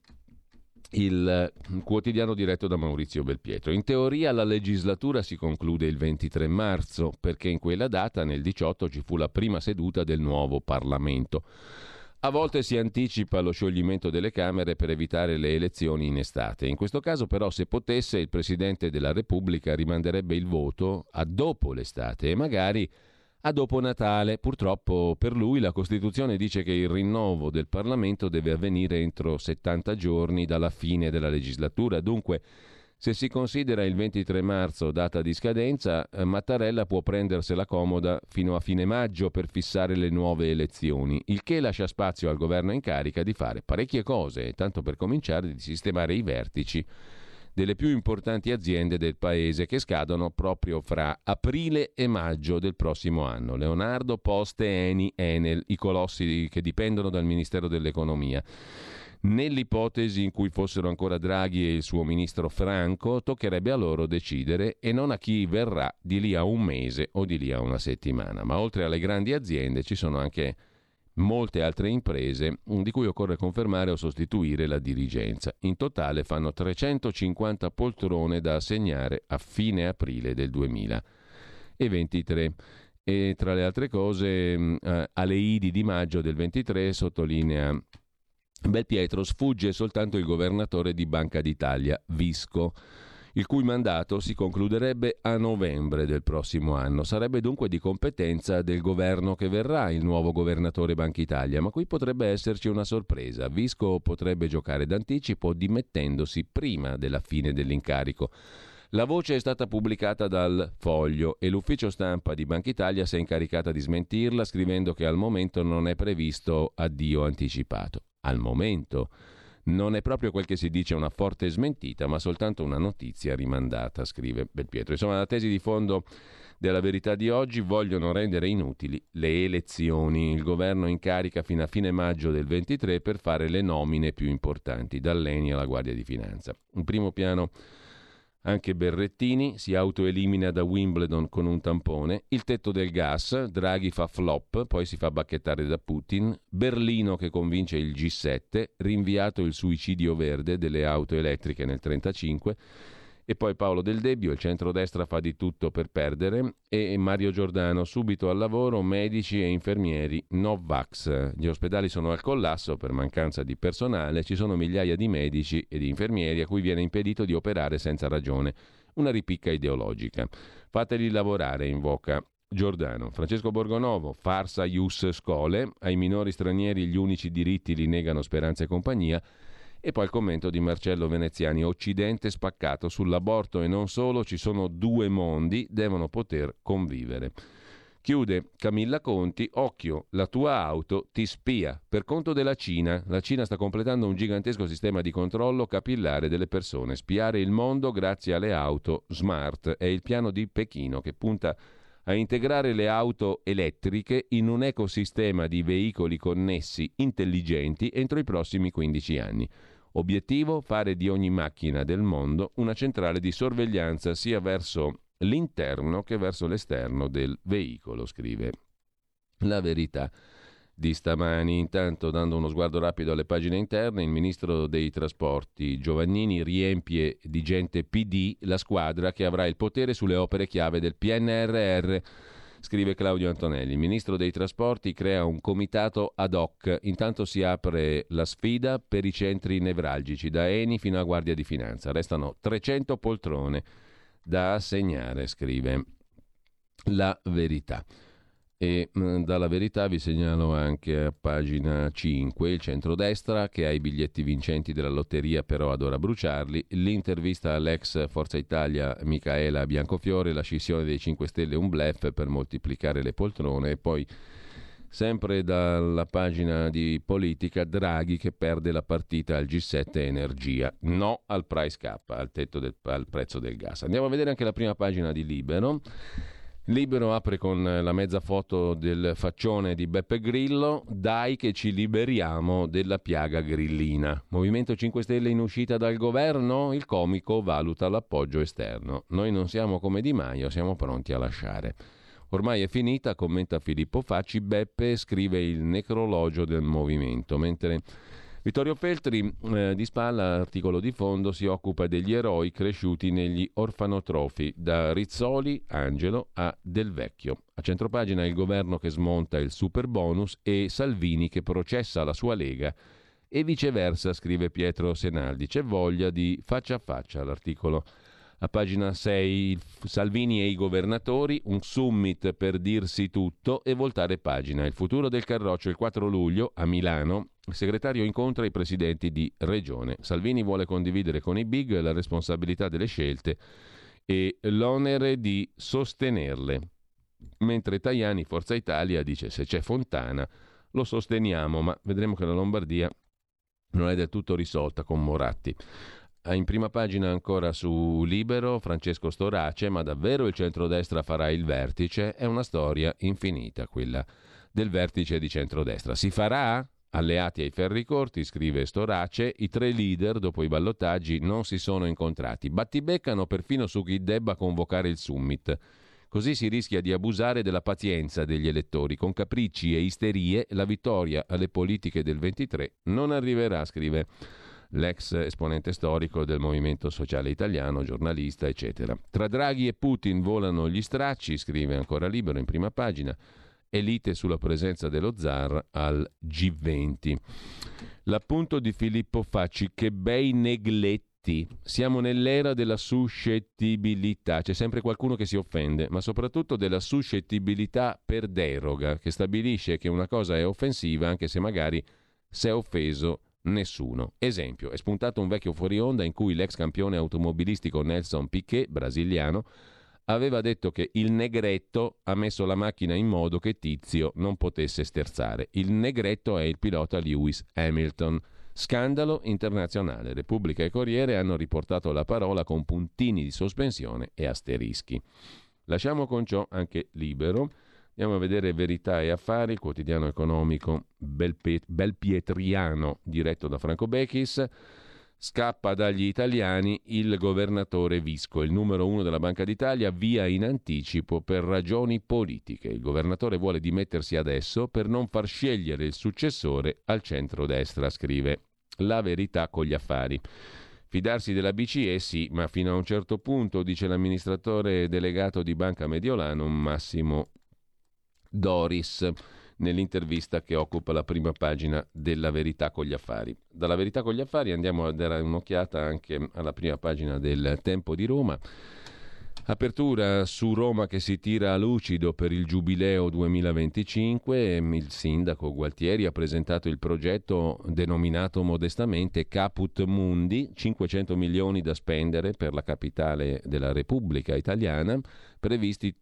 il quotidiano diretto da Maurizio Belpietro. In teoria la legislatura si conclude il 23 marzo, perché in quella data, nel 18, ci fu la prima seduta del nuovo Parlamento. A volte si anticipa lo scioglimento delle Camere per evitare le elezioni in estate. In questo caso però, se potesse, il Presidente della Repubblica rimanderebbe il voto a dopo l'estate e magari a dopo Natale. Purtroppo per lui la Costituzione dice che il rinnovo del Parlamento deve avvenire entro 70 giorni dalla fine della legislatura. Dunque, se si considera il 23 marzo data di scadenza, Mattarella può prendersela comoda fino a fine maggio per fissare le nuove elezioni, il che lascia spazio al governo in carica di fare parecchie cose, tanto per cominciare di sistemare i vertici delle più importanti aziende del paese che scadono proprio fra aprile e maggio del prossimo anno. Leonardo, Poste, Eni, Enel, i colossi che dipendono dal Ministero dell'Economia. Nell'ipotesi in cui fossero ancora Draghi e il suo ministro Franco, toccherebbe a loro decidere e non a chi verrà di lì a un mese o di lì a una settimana. Ma oltre alle grandi aziende ci sono anche molte altre imprese di cui occorre confermare o sostituire la dirigenza. In totale fanno 350 poltrone da assegnare a fine aprile del 2023. E tra le altre cose, alle Idi di maggio del 23, sottolinea Belpietro, sfugge soltanto il governatore di Banca d'Italia, Visco, il cui mandato si concluderebbe a novembre del prossimo anno. Sarebbe dunque di competenza del governo che verrà il nuovo governatore Banca Italia, ma qui potrebbe esserci una sorpresa. Visco potrebbe giocare d'anticipo dimettendosi prima della fine dell'incarico. La voce è stata pubblicata dal Foglio e l'ufficio stampa di Banca Italia si è incaricata di smentirla, scrivendo che al momento non è previsto addio anticipato. Al momento non è proprio quel che si dice una forte smentita, ma soltanto una notizia rimandata, scrive Belpietro. Insomma, la tesi di fondo della Verità di oggi: vogliono rendere inutili le elezioni. Il governo in carica fino a fine maggio del 23 per fare le nomine più importanti, dall'Eni alla Guardia di Finanza. In primo piano anche Berrettini, si autoelimina da Wimbledon con un tampone. Il tetto del gas, Draghi fa flop, poi si fa bacchettare da Putin. Berlino che convince il G7, rinviato il suicidio verde delle auto elettriche nel 1935. E poi Paolo Del Debbio, il centrodestra fa di tutto per perdere, e Mario Giordano, subito al lavoro, medici e infermieri Novax. Gli ospedali sono al collasso per mancanza di personale, ci sono migliaia di medici e di infermieri a cui viene impedito di operare senza ragione. Una ripicca ideologica. Fateli lavorare, invoca Giordano. Francesco Borgonovo, farsa ius scholae, ai minori stranieri gli unici diritti li negano Speranza e compagnia. E poi il commento di Marcello Veneziani: Occidente spaccato sull'aborto e non solo, ci sono due mondi, devono poter convivere. Chiude Camilla Conti: occhio, la tua auto ti spia. Per conto della Cina, la Cina sta completando un gigantesco sistema di controllo capillare delle persone. Spiare il mondo grazie alle auto smart è il piano di Pechino, che punta a integrare le auto elettriche in un ecosistema di veicoli connessi intelligenti entro i prossimi 15 anni. Obiettivo: fare di ogni macchina del mondo una centrale di sorveglianza sia verso l'interno che verso l'esterno del veicolo, scrive La Verità di stamani. Intanto, dando uno sguardo rapido alle pagine interne, il ministro dei trasporti Giovannini riempie di gente PD la squadra che avrà il potere sulle opere chiave del PNRR. Scrive Claudio Antonelli, il ministro dei trasporti crea un comitato ad hoc, intanto si apre la sfida per i centri nevralgici, da Eni fino a Guardia di Finanza, restano 300 poltrone da assegnare, scrive La Verità. E dalla Verità vi segnalo anche a pagina 5 il centrodestra che ha i biglietti vincenti della lotteria però adora bruciarli, l'intervista all'ex Forza Italia Micaela Biancofiore, la scissione dei 5 Stelle un bluff per moltiplicare le poltrone, e poi sempre dalla pagina di politica Draghi che perde la partita al G7 energia, no al price cap, al tetto al prezzo del gas. Andiamo a vedere anche la prima pagina di Libero. Libero apre con la mezza foto del faccione di Beppe Grillo, dai che ci liberiamo della piaga grillina. Movimento 5 Stelle in uscita dal governo, il comico valuta l'appoggio esterno. Noi non siamo come Di Maio, siamo pronti a lasciare. Ormai è finita, commenta Filippo Facci, Beppe scrive il necrologio del movimento, mentre Vittorio Feltri di spalla, articolo di fondo, si occupa degli eroi cresciuti negli orfanotrofi, da Rizzoli, Angelo a Del Vecchio. A centropagina il governo che smonta il super bonus e Salvini che processa la sua Lega e viceversa, scrive Pietro Senaldi. C'è voglia di faccia a faccia, l'articolo. A pagina 6 Salvini e i governatori, un summit per dirsi tutto e voltare pagina. Il futuro del Carroccio il 4 luglio a Milano. Il segretario incontra i presidenti di regione. Salvini vuole condividere con i big la responsabilità delle scelte e l'onere di sostenerle. Mentre Tajani, Forza Italia, dice se c'è Fontana lo sosteniamo, ma vedremo che la Lombardia non è del tutto risolta con Moratti. In prima pagina ancora su Libero, Francesco Storace, ma davvero il centrodestra farà il vertice? È una storia infinita quella del vertice di centrodestra. Si farà? Alleati ai ferri corti, scrive Storace, i 3 leader dopo i ballottaggi non si sono incontrati. Battibeccano perfino su chi debba convocare il summit. Così si rischia di abusare della pazienza degli elettori. Con capricci e isterie la vittoria alle politiche del 23 non arriverà, scrive l'ex esponente storico del Movimento Sociale Italiano, giornalista, eccetera. Tra Draghi e Putin volano gli stracci, scrive ancora Libero in prima pagina. Elite sulla presenza dello zar al G20. L'appunto di Filippo Facci, che bei negletti. Siamo nell'era della suscettibilità, c'è sempre qualcuno che si offende, ma soprattutto della suscettibilità per deroga, che stabilisce che una cosa è offensiva anche se magari si è offeso nessuno. Esempio, è spuntato un vecchio fuori onda in cui l'ex campione automobilistico Nelson Piquet, brasiliano, aveva detto che il negretto ha messo la macchina in modo che Tizio non potesse sterzare. Il negretto è il pilota Lewis Hamilton. Scandalo internazionale. Repubblica e Corriere hanno riportato la parola con puntini di sospensione e asterischi. Lasciamo con ciò anche Libero. Andiamo a vedere Verità e Affari, il quotidiano economico belpietriano diretto da Franco Bechis. Scappa dagli italiani il governatore Visco, il numero 1 della Banca d'Italia, via in anticipo per ragioni politiche. Il governatore vuole dimettersi adesso per non far scegliere il successore al centrodestra, scrive La Verità con gli affari. Fidarsi della BCE sì, ma fino a un certo punto, dice l'amministratore delegato di Banca Mediolanum Massimo Doris, nell'intervista che occupa la prima pagina della Verità con gli affari. Dalla Verità con gli affari andiamo a dare un'occhiata anche alla prima pagina del Tempo di Roma. Apertura su Roma che si tira a lucido per il Giubileo 2025. Il sindaco Gualtieri ha presentato il progetto denominato modestamente Caput Mundi, 500 milioni da spendere per la capitale della Repubblica Italiana, previsti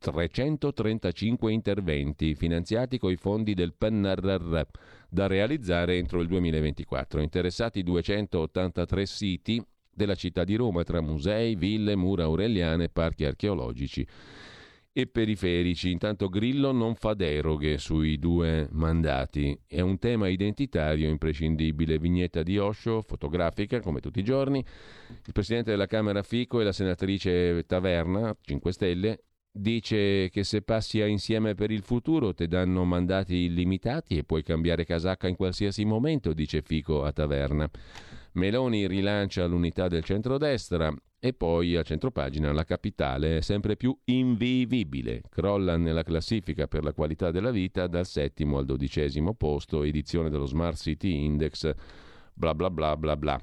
335 interventi finanziati coi fondi del PNRR da realizzare entro il 2024. Interessati 283 siti della città di Roma, tra musei, ville, mura aureliane, parchi archeologici e periferici. Intanto Grillo non fa deroghe sui 2 mandati. È un tema identitario imprescindibile. Vignetta di Osho, fotografica, come tutti i giorni. Il presidente della Camera Fico e la senatrice Taverna, 5 Stelle, dice che se passi a Insieme per il Futuro te danno mandati illimitati e puoi cambiare casacca in qualsiasi momento, dice Fico a Taverna. Meloni rilancia l'unità del centrodestra, E poi a centropagina la capitale è sempre più invivibile, crolla nella classifica per la qualità della vita dal 7° al 12° posto, edizione dello Smart City Index, bla bla bla bla bla.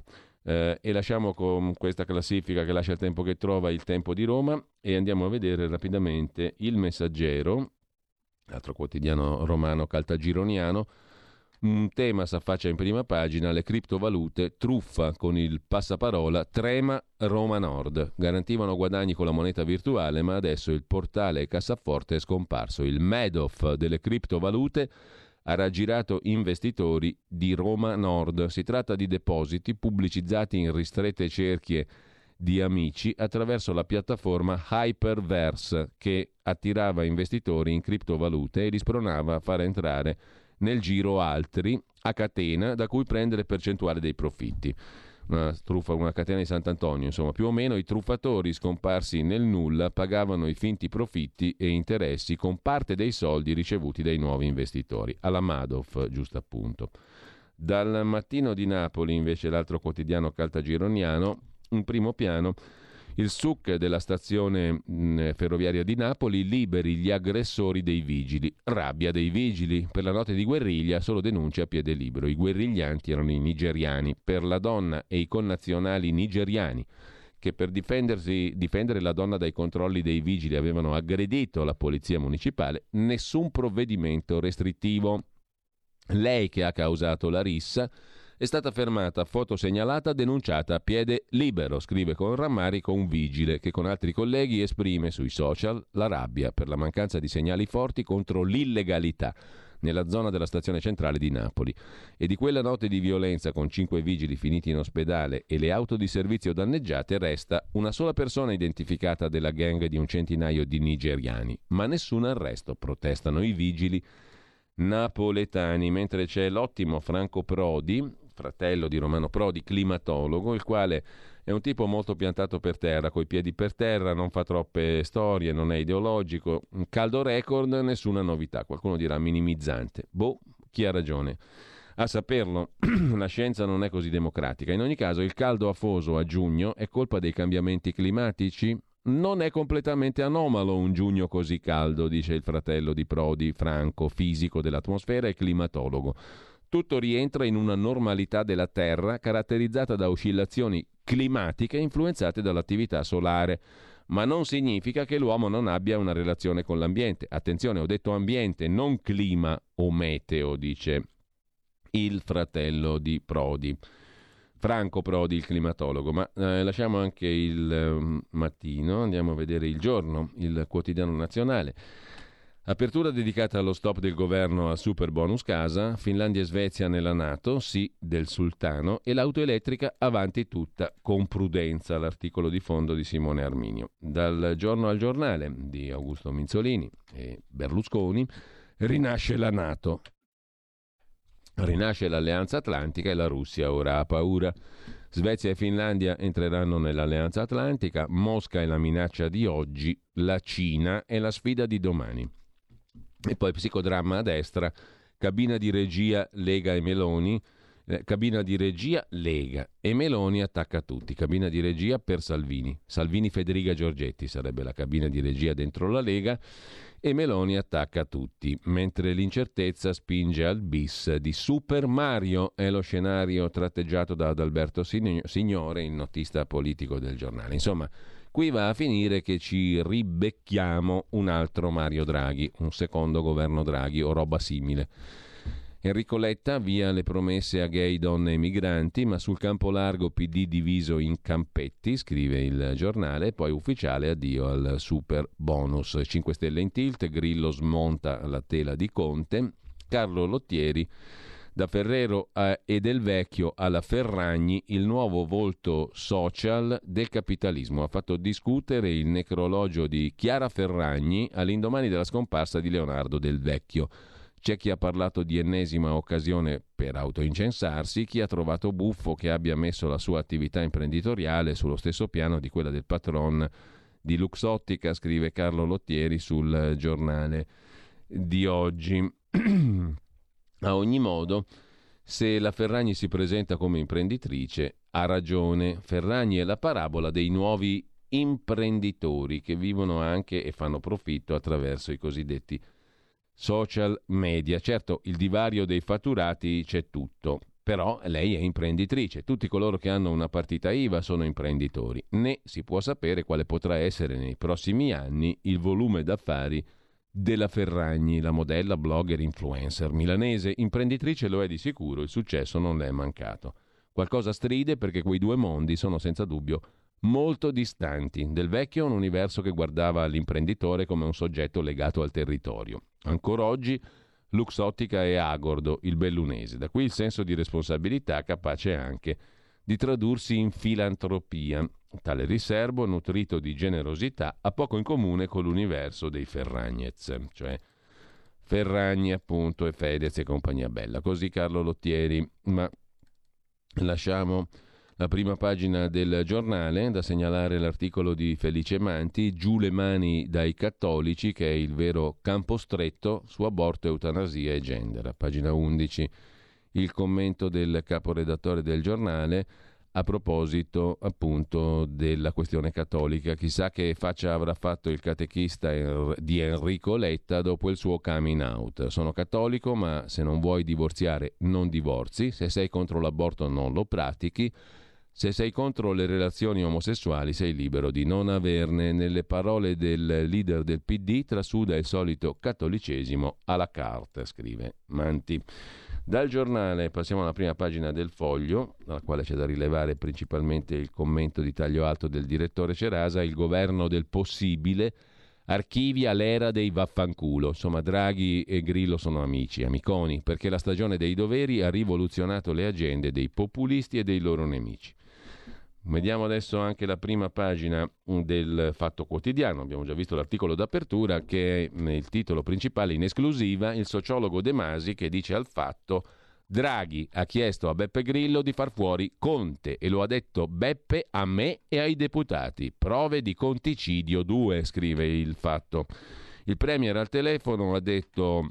E lasciamo con questa classifica che lascia il tempo che trova il Tempo di Roma e andiamo a vedere rapidamente Il Messaggero, altro quotidiano romano caltagironiano. Un tema s'affaccia in prima pagina: le criptovalute, truffa con il passaparola, trema Roma Nord. Garantivano guadagni con la moneta virtuale, ma adesso il portale e cassaforte è scomparso. Il Madoff delle criptovalute ha raggirato investitori di Roma Nord. Si tratta di depositi pubblicizzati in ristrette cerchie di amici attraverso la piattaforma Hyperverse, che attirava investitori in criptovalute e li spronava a far entrare nel giro altri a catena da cui prendere percentuale dei profitti. Una truffa, una catena di Sant'Antonio, insomma. Più o meno i truffatori scomparsi nel nulla pagavano i finti profitti e interessi con parte dei soldi ricevuti dai nuovi investitori, alla Madoff, giusto appunto. Dal Mattino di Napoli, invece, l'altro quotidiano caltagironiano, in primo piano il SUC della stazione ferroviaria di Napoli: liberi gli aggressori dei vigili. Rabbia dei vigili. Per la notte di guerriglia solo denunce a piede libero. I guerriglianti erano i nigeriani. Per la donna e i connazionali nigeriani che per difendere la donna dai controlli dei vigili avevano aggredito la polizia municipale, nessun provvedimento restrittivo. Lei, che ha causato la rissa, è stata fermata, fotosegnalata, denunciata a piede libero, scrive con rammarico un vigile che con altri colleghi esprime sui social la rabbia per la mancanza di segnali forti contro l'illegalità nella zona della stazione centrale di Napoli. E di quella notte di violenza con 5 vigili finiti in ospedale e le auto di servizio danneggiate resta una sola persona identificata della gang di un centinaio di nigeriani, ma nessun arresto, protestano i vigili napoletani, mentre c'è l'ottimo Franco Prodi, fratello di Romano Prodi, climatologo, il quale è un tipo molto piantato per terra, coi piedi per terra, non fa troppe storie, non è ideologico. Caldo record, nessuna novità. Qualcuno dirà minimizzante. Boh, chi ha ragione? A saperlo, la scienza non è così democratica. In ogni caso, il caldo afoso a giugno è colpa dei cambiamenti climatici? Non è completamente anomalo un giugno così caldo, dice il fratello di Prodi, Franco, fisico dell'atmosfera e climatologo. Tutto rientra in una normalità della Terra caratterizzata da oscillazioni climatiche influenzate dall'attività solare, ma non significa che l'uomo non abbia una relazione con l'ambiente. Attenzione, ho detto ambiente, non clima o meteo, dice il fratello di Prodi. Franco Prodi, il climatologo. Ma lasciamo anche il Mattino, andiamo a vedere Il Giorno, il quotidiano nazionale. Apertura dedicata allo stop del governo al super bonus casa, Finlandia e Svezia nella NATO, sì del sultano, e l'auto elettrica avanti tutta con prudenza, l'articolo di fondo di Simone Arminio. Dal Giorno al Giornale di Augusto Minzolini e Berlusconi, rinasce la NATO. Rinasce l'Alleanza Atlantica e la Russia ora ha paura. Svezia e Finlandia entreranno nell'Alleanza Atlantica, Mosca è la minaccia di oggi, la Cina è la sfida di domani. E poi psicodramma a destra, cabina di regia Lega e Meloni, cabina di regia Lega e Meloni attacca tutti, cabina di regia per Salvini. Salvini Federica Giorgetti sarebbe la cabina di regia dentro la Lega e Meloni attacca tutti, mentre l'incertezza spinge al bis di Super Mario, è lo scenario tratteggiato da Adalberto Signore, il notista politico del Giornale. Insomma, qui va a finire che ci ribecchiamo un altro Mario Draghi, un secondo governo Draghi o roba simile. Enrico Letta via le promesse a gay, donne e migranti, ma sul campo largo PD diviso in campetti, scrive il Giornale, e poi ufficiale addio al super bonus. 5 Stelle in tilt, Grillo smonta la tela di Conte, Carlo Lottieri, da Ferrero e Del Vecchio alla Ferragni, il nuovo volto social del capitalismo. Ha fatto discutere il necrologio di Chiara Ferragni all'indomani della scomparsa di Leonardo Del Vecchio. C'è chi ha parlato di ennesima occasione per autoincensarsi, chi ha trovato buffo che abbia messo la sua attività imprenditoriale sullo stesso piano di quella del patron di Luxottica, scrive Carlo Lottieri sul Giornale di oggi. A ogni modo, Se la Ferragni si presenta come imprenditrice, ha ragione. Ferragni è la parabola dei nuovi imprenditori che vivono anche e fanno profitto attraverso i cosiddetti social media. Certo, il divario dei fatturati c'è tutto, però lei è imprenditrice. Tutti coloro che hanno una partita IVA sono imprenditori. Né si può sapere quale potrà essere nei prossimi anni il volume d'affari della Ferragni, la modella, blogger, influencer milanese. Imprenditrice lo è di sicuro, il successo non le è mancato. Qualcosa stride perché quei due mondi sono senza dubbio molto distanti. Del vecchio un universo che guardava l'imprenditore come un soggetto legato al territorio. Ancora oggi Luxottica è Agordo, il bellunese. Da qui il senso di responsabilità capace anche di tradursi in filantropia. Tale riservo, nutrito di generosità, ha poco in comune con l'universo dei Ferragnez, cioè Ferragni appunto e Fedez e compagnia bella. Così Carlo Lottieri. Ma lasciamo la prima pagina del Giornale, da segnalare l'articolo di Felice Manti, giù le mani dai cattolici, che è il vero campo stretto su aborto, eutanasia e gender. A pagina 11 il commento del caporedattore del Giornale a proposito appunto della questione cattolica. Chissà che faccia avrà fatto il catechista di Enrico Letta dopo il suo coming out. Sono cattolico, ma se non vuoi divorziare non divorzi, se sei contro l'aborto non lo pratichi, se sei contro le relazioni omosessuali sei libero di non averne. Nelle parole del leader del PD trasuda il solito cattolicesimo à la carte, scrive Manti. Dal Giornale passiamo alla prima pagina del Foglio, dalla quale c'è da rilevare principalmente il commento di taglio alto del direttore Cerasa. Il governo del possibile archivia l'era dei vaffanculo. Insomma, Draghi e Grillo sono amici, amiconi, perché la stagione dei doveri ha rivoluzionato le agende dei populisti e dei loro nemici. Vediamo adesso anche la prima pagina del Fatto Quotidiano. Abbiamo già visto l'articolo d'apertura, che è il titolo principale in esclusiva, il sociologo De Masi che dice al Fatto: Draghi ha chiesto a Beppe Grillo di far fuori Conte e lo ha detto Beppe a me e ai deputati. Prove di conticidio 2, scrive il Fatto. Il premier al telefono ha detto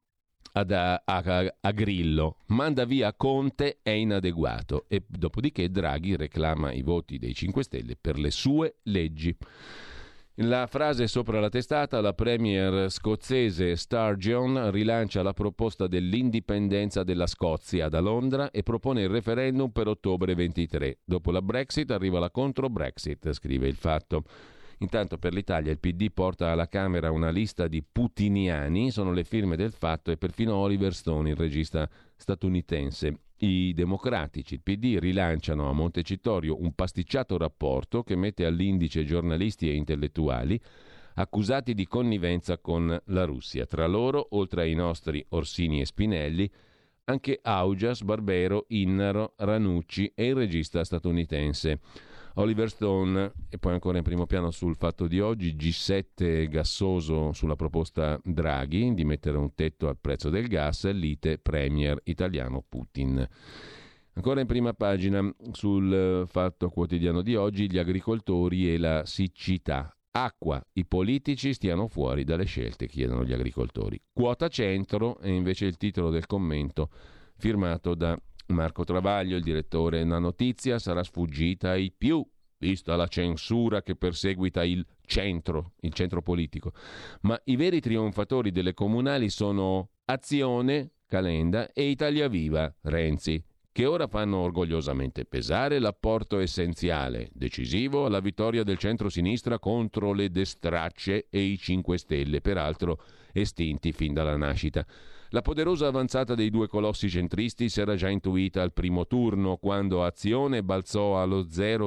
a Grillo: manda via Conte, è inadeguato. E dopodiché Draghi reclama i voti dei 5 Stelle per le sue leggi. La frase sopra la testata: la premier scozzese Sturgeon rilancia la proposta dell'indipendenza della Scozia da Londra e propone il referendum per ottobre 23. Dopo la Brexit arriva la contro-Brexit, scrive il Fatto. Intanto per l'Italia il PD porta alla Camera una lista di putiniani, sono le firme del Fatto e perfino Oliver Stone, il regista statunitense. I democratici, il PD, rilanciano a Montecitorio un pasticciato rapporto che mette all'indice giornalisti e intellettuali accusati di connivenza con la Russia. Tra loro, oltre ai nostri Orsini e Spinelli, anche Augias, Barbero, Innaro, Ranucci e il regista statunitense Oliver Stone. E poi ancora in primo piano sul Fatto di oggi, G7 gassoso sulla proposta Draghi di mettere un tetto al prezzo del gas, lite premier italiano Putin. Ancora in prima pagina sul Fatto Quotidiano di oggi, gli agricoltori e la siccità. Acqua, i politici stiano fuori dalle scelte, chiedono gli agricoltori. Quota 100 è invece il titolo del commento firmato da Marco Travaglio, il direttore. La notizia sarà sfuggita ai più, vista la censura che perseguita il centro politico. Ma i veri trionfatori delle comunali sono Azione, Calenda, e Italia Viva, Renzi, che ora fanno orgogliosamente pesare l'apporto essenziale, decisivo, alla vittoria del centro-sinistra contro le destracce e i 5 Stelle, peraltro estinti fin dalla nascita. La poderosa avanzata dei due colossi centristi si era già intuita al primo turno, quando Azione balzò allo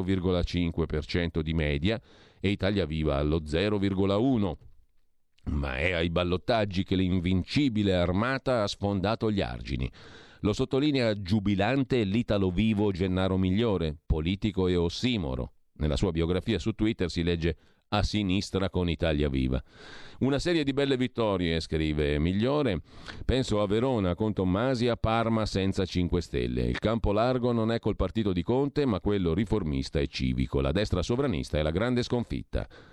0,5% di media e Italia Viva allo 0,1%. Ma è ai ballottaggi che l'invincibile armata ha sfondato gli argini. Lo sottolinea giubilante l'Italo Vivo Gennaro Migliore, politico e ossimoro. Nella sua biografia su Twitter si legge a sinistra con Italia Viva. Una serie di belle vittorie, scrive Migliore. Penso a Verona con Tommasi, a Parma senza 5 Stelle. Il campo largo non è col partito di Conte, ma quello riformista e civico. La destra sovranista è la grande sconfitta.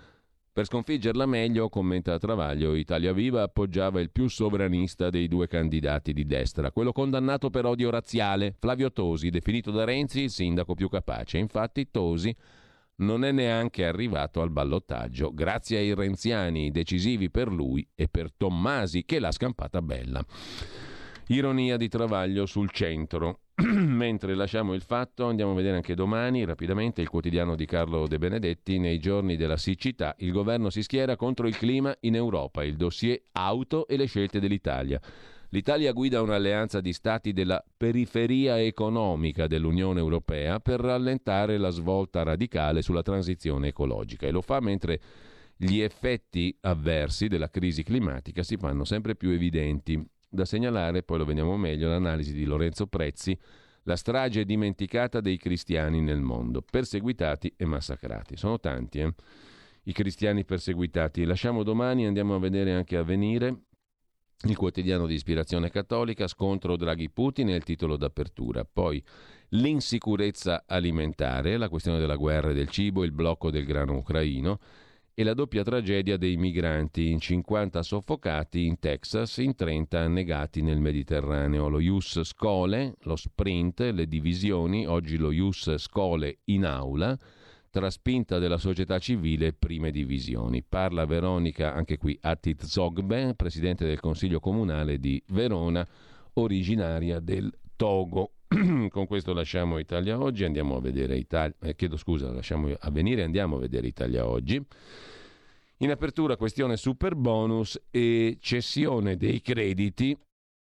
Per sconfiggerla meglio, commenta Travaglio, Italia Viva appoggiava il più sovranista dei due candidati di destra, quello condannato per odio razziale, Flavio Tosi, definito da Renzi il sindaco più capace. Infatti Tosi non è neanche arrivato al ballottaggio, grazie ai renziani decisivi per lui e per Tommasi, che l'ha scampata bella. Ironia di Travaglio sul centro. Mentre lasciamo il Fatto, andiamo a vedere anche domani, rapidamente, il quotidiano di Carlo De Benedetti. Nei giorni della siccità, il governo si schiera contro il clima in Europa, il dossier auto e le scelte dell'Italia. L'Italia guida un'alleanza di stati della periferia economica dell'Unione Europea per rallentare la svolta radicale sulla transizione ecologica, e lo fa mentre gli effetti avversi della crisi climatica si fanno sempre più evidenti. Da segnalare, poi lo vediamo meglio, l'analisi di Lorenzo Prezzi, la strage dimenticata dei cristiani nel mondo, perseguitati e massacrati. Sono tanti, i cristiani perseguitati. Lasciamo domani, andiamo a vedere anche Avvenire, il quotidiano di ispirazione cattolica, scontro Draghi-Putin è il titolo d'apertura. Poi l'insicurezza alimentare, la questione della guerra e del cibo, il blocco del grano ucraino, e la doppia tragedia dei migranti, in 50 soffocati in Texas, in 30 annegati nel Mediterraneo. Lo Ius Schole, lo sprint, le divisioni, oggi lo Ius Schole in aula, tra spinta della società civile, prime divisioni. Parla Veronica, anche qui Atit Zogbe, presidente del Consiglio Comunale di Verona, originaria del Togo. Con questo lasciamo Italia Oggi, andiamo a vedere lasciamo Avvenire, andiamo a vedere Italia Oggi. In apertura, questione super bonus e cessione dei crediti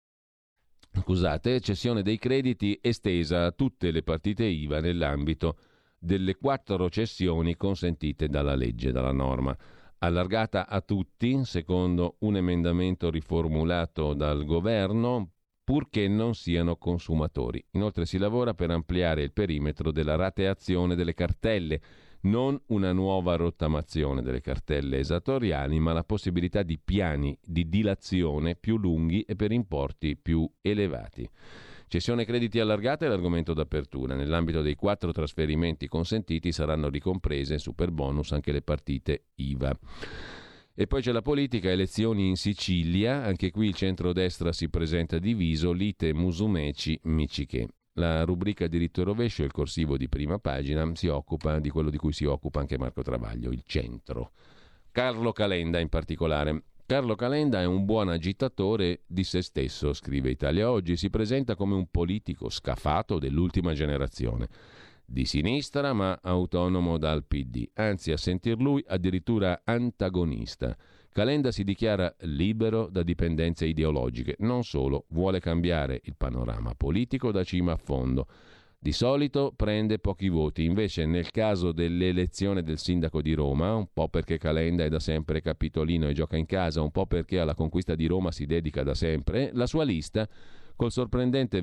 estesa a tutte le partite IVA nell'ambito delle 4 cessioni consentite dalla legge, dalla norma. Allargata a tutti, secondo un emendamento riformulato dal governo, purché non siano consumatori. Inoltre si lavora per ampliare il perimetro della rateazione delle cartelle, non una nuova rottamazione delle cartelle esattoriali, ma la possibilità di piani di dilazione più lunghi e per importi più elevati. Cessione crediti allargata è l'argomento d'apertura. Nell'ambito dei 4 trasferimenti consentiti saranno ricomprese super bonus anche le partite IVA. E poi c'è la politica, elezioni in Sicilia, anche qui il centrodestra si presenta diviso, lite Musumeci Miciche. La rubrica diritto e rovescio, il corsivo di prima pagina, si occupa di quello di cui si occupa anche Marco Travaglio, il centro. Carlo Calenda in particolare. Carlo Calenda è un buon agitatore di se stesso, scrive Italia Oggi, si presenta come un politico scafato dell'ultima generazione. Di sinistra ma autonomo dal PD, anzi a sentir lui addirittura antagonista. Calenda si dichiara libero da dipendenze ideologiche, non solo, vuole cambiare il panorama politico da cima a fondo. Di solito prende pochi voti, invece nel caso dell'elezione del sindaco di Roma, un po' perché Calenda è da sempre capitolino e gioca in casa, un po' perché alla conquista di Roma si dedica da sempre, la sua lista col sorprendente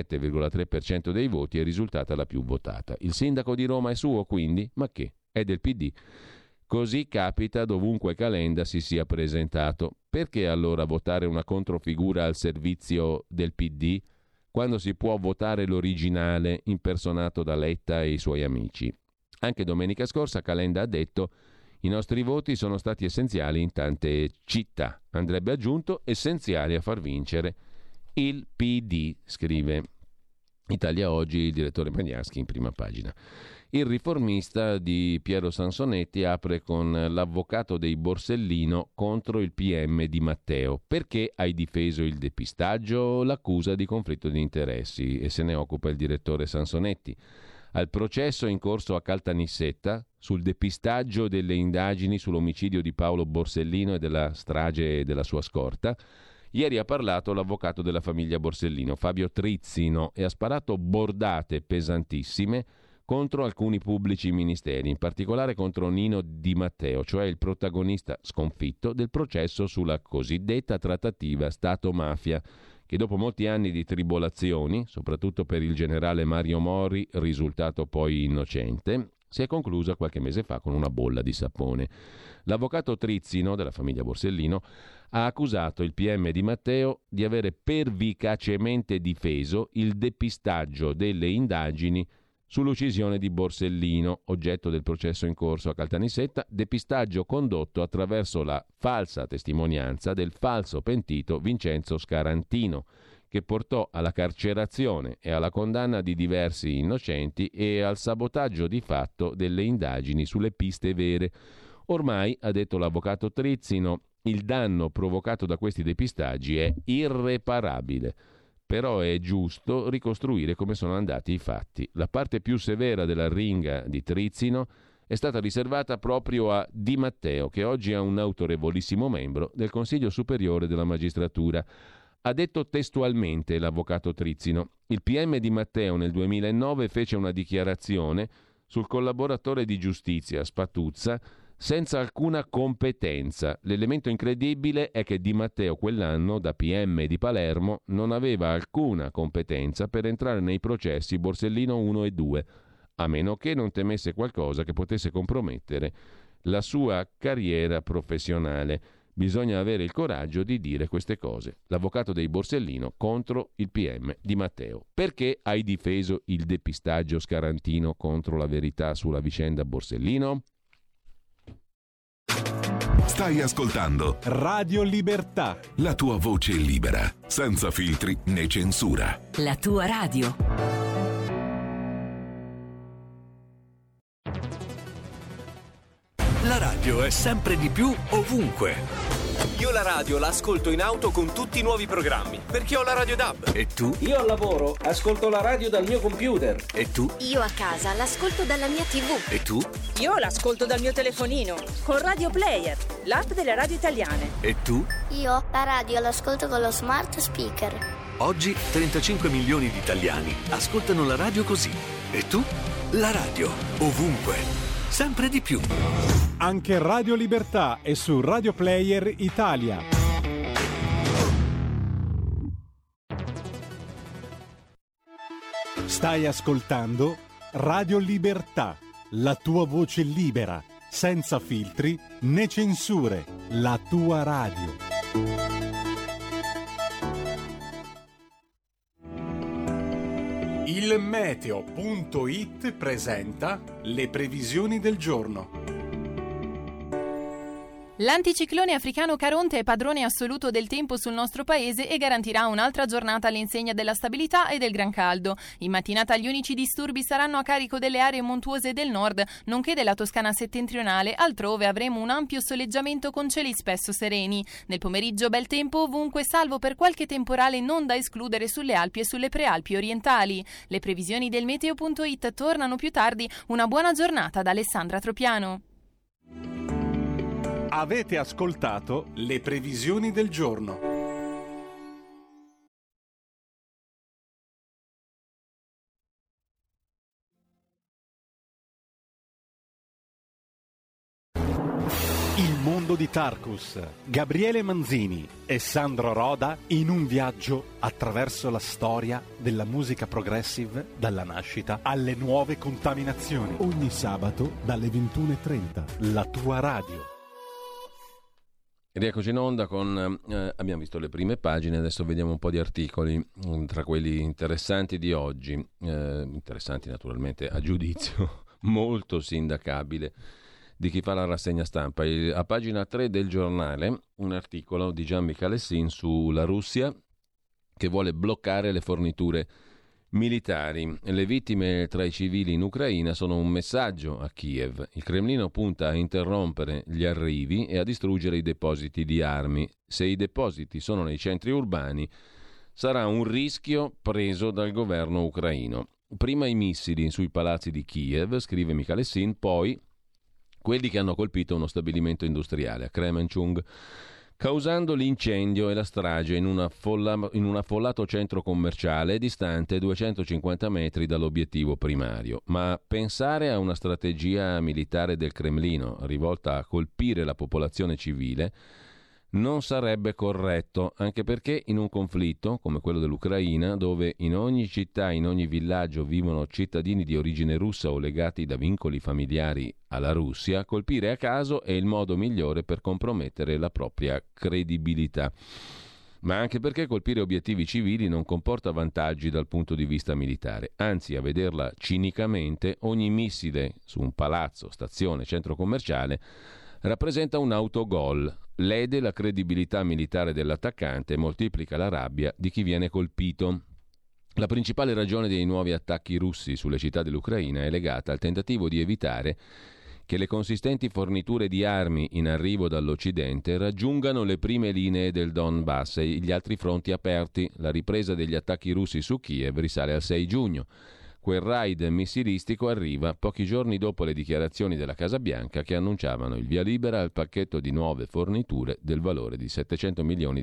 27,3% dei voti è risultata la più votata. Il sindaco di Roma è suo, quindi? Ma che? È del PD. Così capita dovunque Calenda si sia presentato. Perché allora votare una controfigura al servizio del PD quando si può votare l'originale impersonato da Letta e i suoi amici? Anche domenica scorsa Calenda ha detto: i nostri voti sono stati essenziali in tante città. Andrebbe aggiunto essenziali a far vincere il PD, scrive Italia Oggi il direttore Magnaschi in prima pagina. Il riformista di Piero Sansonetti apre con l'avvocato dei Borsellino contro il PM Di Matteo. Perché hai difeso il depistaggio? L'accusa di conflitto di interessi, e se ne occupa il direttore Sansonetti. Al processo in corso a Caltanissetta sul depistaggio delle indagini sull'omicidio di Paolo Borsellino e della strage della sua scorta, ieri ha parlato l'avvocato della famiglia Borsellino, Fabio Trizzino, e ha sparato bordate pesantissime contro alcuni pubblici ministeri, in particolare contro Nino Di Matteo, cioè il protagonista sconfitto del processo sulla cosiddetta trattativa Stato-mafia, che dopo molti anni di tribolazioni, soprattutto per il generale Mario Mori, risultato poi innocente, si è conclusa qualche mese fa con una bolla di sapone. L'avvocato Trizzino, della famiglia Borsellino, ha accusato il PM Di Matteo di avere pervicacemente difeso il depistaggio delle indagini sull'uccisione di Borsellino, oggetto del processo in corso a Caltanissetta, depistaggio condotto attraverso la falsa testimonianza del falso pentito Vincenzo Scarantino, che portò alla carcerazione e alla condanna di diversi innocenti e al sabotaggio di fatto delle indagini sulle piste vere. Ormai, ha detto l'avvocato Trizzino, il danno provocato da questi depistaggi è irreparabile. Però è giusto ricostruire come sono andati i fatti. La parte più severa della ringa di Trizzino è stata riservata proprio a Di Matteo, che oggi è un autorevolissimo membro del Consiglio Superiore della Magistratura. Ha detto testualmente l'avvocato Trizzino: il PM Di Matteo nel 2009 fece una dichiarazione sul collaboratore di giustizia Spatuzza senza alcuna competenza. L'elemento incredibile è che Di Matteo quell'anno, da PM di Palermo, non aveva alcuna competenza per entrare nei processi Borsellino 1 e 2, a meno che non temesse qualcosa che potesse compromettere la sua carriera professionale. Bisogna avere il coraggio di dire queste cose. L'avvocato dei Borsellino contro il PM Di Matteo. Perché hai difeso il depistaggio Scarantino contro la verità sulla vicenda Borsellino? Stai ascoltando Radio Libertà. la tua voce libera, senza filtri né censura. La tua radio. La radio è sempre di più ovunque. Io la radio la ascolto in auto con tutti i nuovi programmi, perché ho la radio DAB. E tu? Io al lavoro ascolto la radio dal mio computer. E tu? Io a casa l'ascolto dalla mia TV. E tu? Io l'ascolto dal mio telefonino, con Radio Player, l'app delle radio italiane. E tu? Io la radio l'ascolto con lo smart speaker. Oggi 35 milioni di italiani ascoltano la radio così. E tu? La radio, ovunque, sempre di più. Anche Radio Libertà è su Radio Player Italia. Stai ascoltando Radio Libertà, la tua voce libera, senza filtri né censure, la tua radio. Il meteo.it presenta le previsioni del giorno. L'anticiclone africano Caronte è padrone assoluto del tempo sul nostro paese e garantirà un'altra giornata all'insegna della stabilità e del gran caldo. In mattinata gli unici disturbi saranno a carico delle aree montuose del nord, nonché della Toscana settentrionale, altrove avremo un ampio soleggiamento con cieli spesso sereni. Nel pomeriggio bel tempo ovunque, salvo per qualche temporale non da escludere sulle Alpi e sulle prealpi orientali. Le previsioni del meteo.it tornano più tardi. Una buona giornata da Alessandra Tropiano. Avete ascoltato le previsioni del giorno. Il mondo di Tarkus, Gabriele Manzini e Sandro Roda in un viaggio attraverso la storia della musica progressive dalla nascita alle nuove contaminazioni. Ogni sabato dalle 21:30, la tua radio. Rieccoci in onda con, abbiamo visto le prime pagine, adesso vediamo un po' di articoli, tra quelli interessanti di oggi, interessanti naturalmente a giudizio molto sindacabile di chi fa la rassegna stampa. A pagina 3 del giornale un articolo di Gian Michalessin sulla Russia che vuole bloccare le forniture militari. Le vittime tra i civili in Ucraina sono un messaggio a Kiev. Il Cremlino punta a interrompere gli arrivi e a distruggere i depositi di armi. Se i depositi sono nei centri urbani, sarà un rischio preso dal governo ucraino. Prima i missili sui palazzi di Kiev, scrive Michalessin, poi quelli che hanno colpito uno stabilimento industriale a Kremenchug, causando l'incendio e la strage in un affollato centro commerciale distante 250 metri dall'obiettivo primario. Ma pensare a una strategia militare del Cremlino rivolta a colpire la popolazione civile non sarebbe corretto, anche perché in un conflitto come quello dell'Ucraina, dove in ogni città, in ogni villaggio vivono cittadini di origine russa o legati da vincoli familiari alla Russia, colpire a caso è il modo migliore per compromettere la propria credibilità. ma anche perché colpire obiettivi civili non comporta vantaggi dal punto di vista militare. Anzi, a vederla cinicamente, ogni missile su un palazzo, stazione, centro commerciale rappresenta un autogol, lede la credibilità militare dell'attaccante e moltiplica la rabbia di chi viene colpito. La principale ragione dei nuovi attacchi russi sulle città dell'Ucraina è legata al tentativo di evitare che le consistenti forniture di armi in arrivo dall'Occidente raggiungano le prime linee del Donbass e gli altri fronti aperti. La ripresa degli attacchi russi su Kiev risale al 6 giugno. Quel raid missilistico arriva pochi giorni dopo le dichiarazioni della Casa Bianca che annunciavano il via libera al pacchetto di nuove forniture del valore di $700 milioni.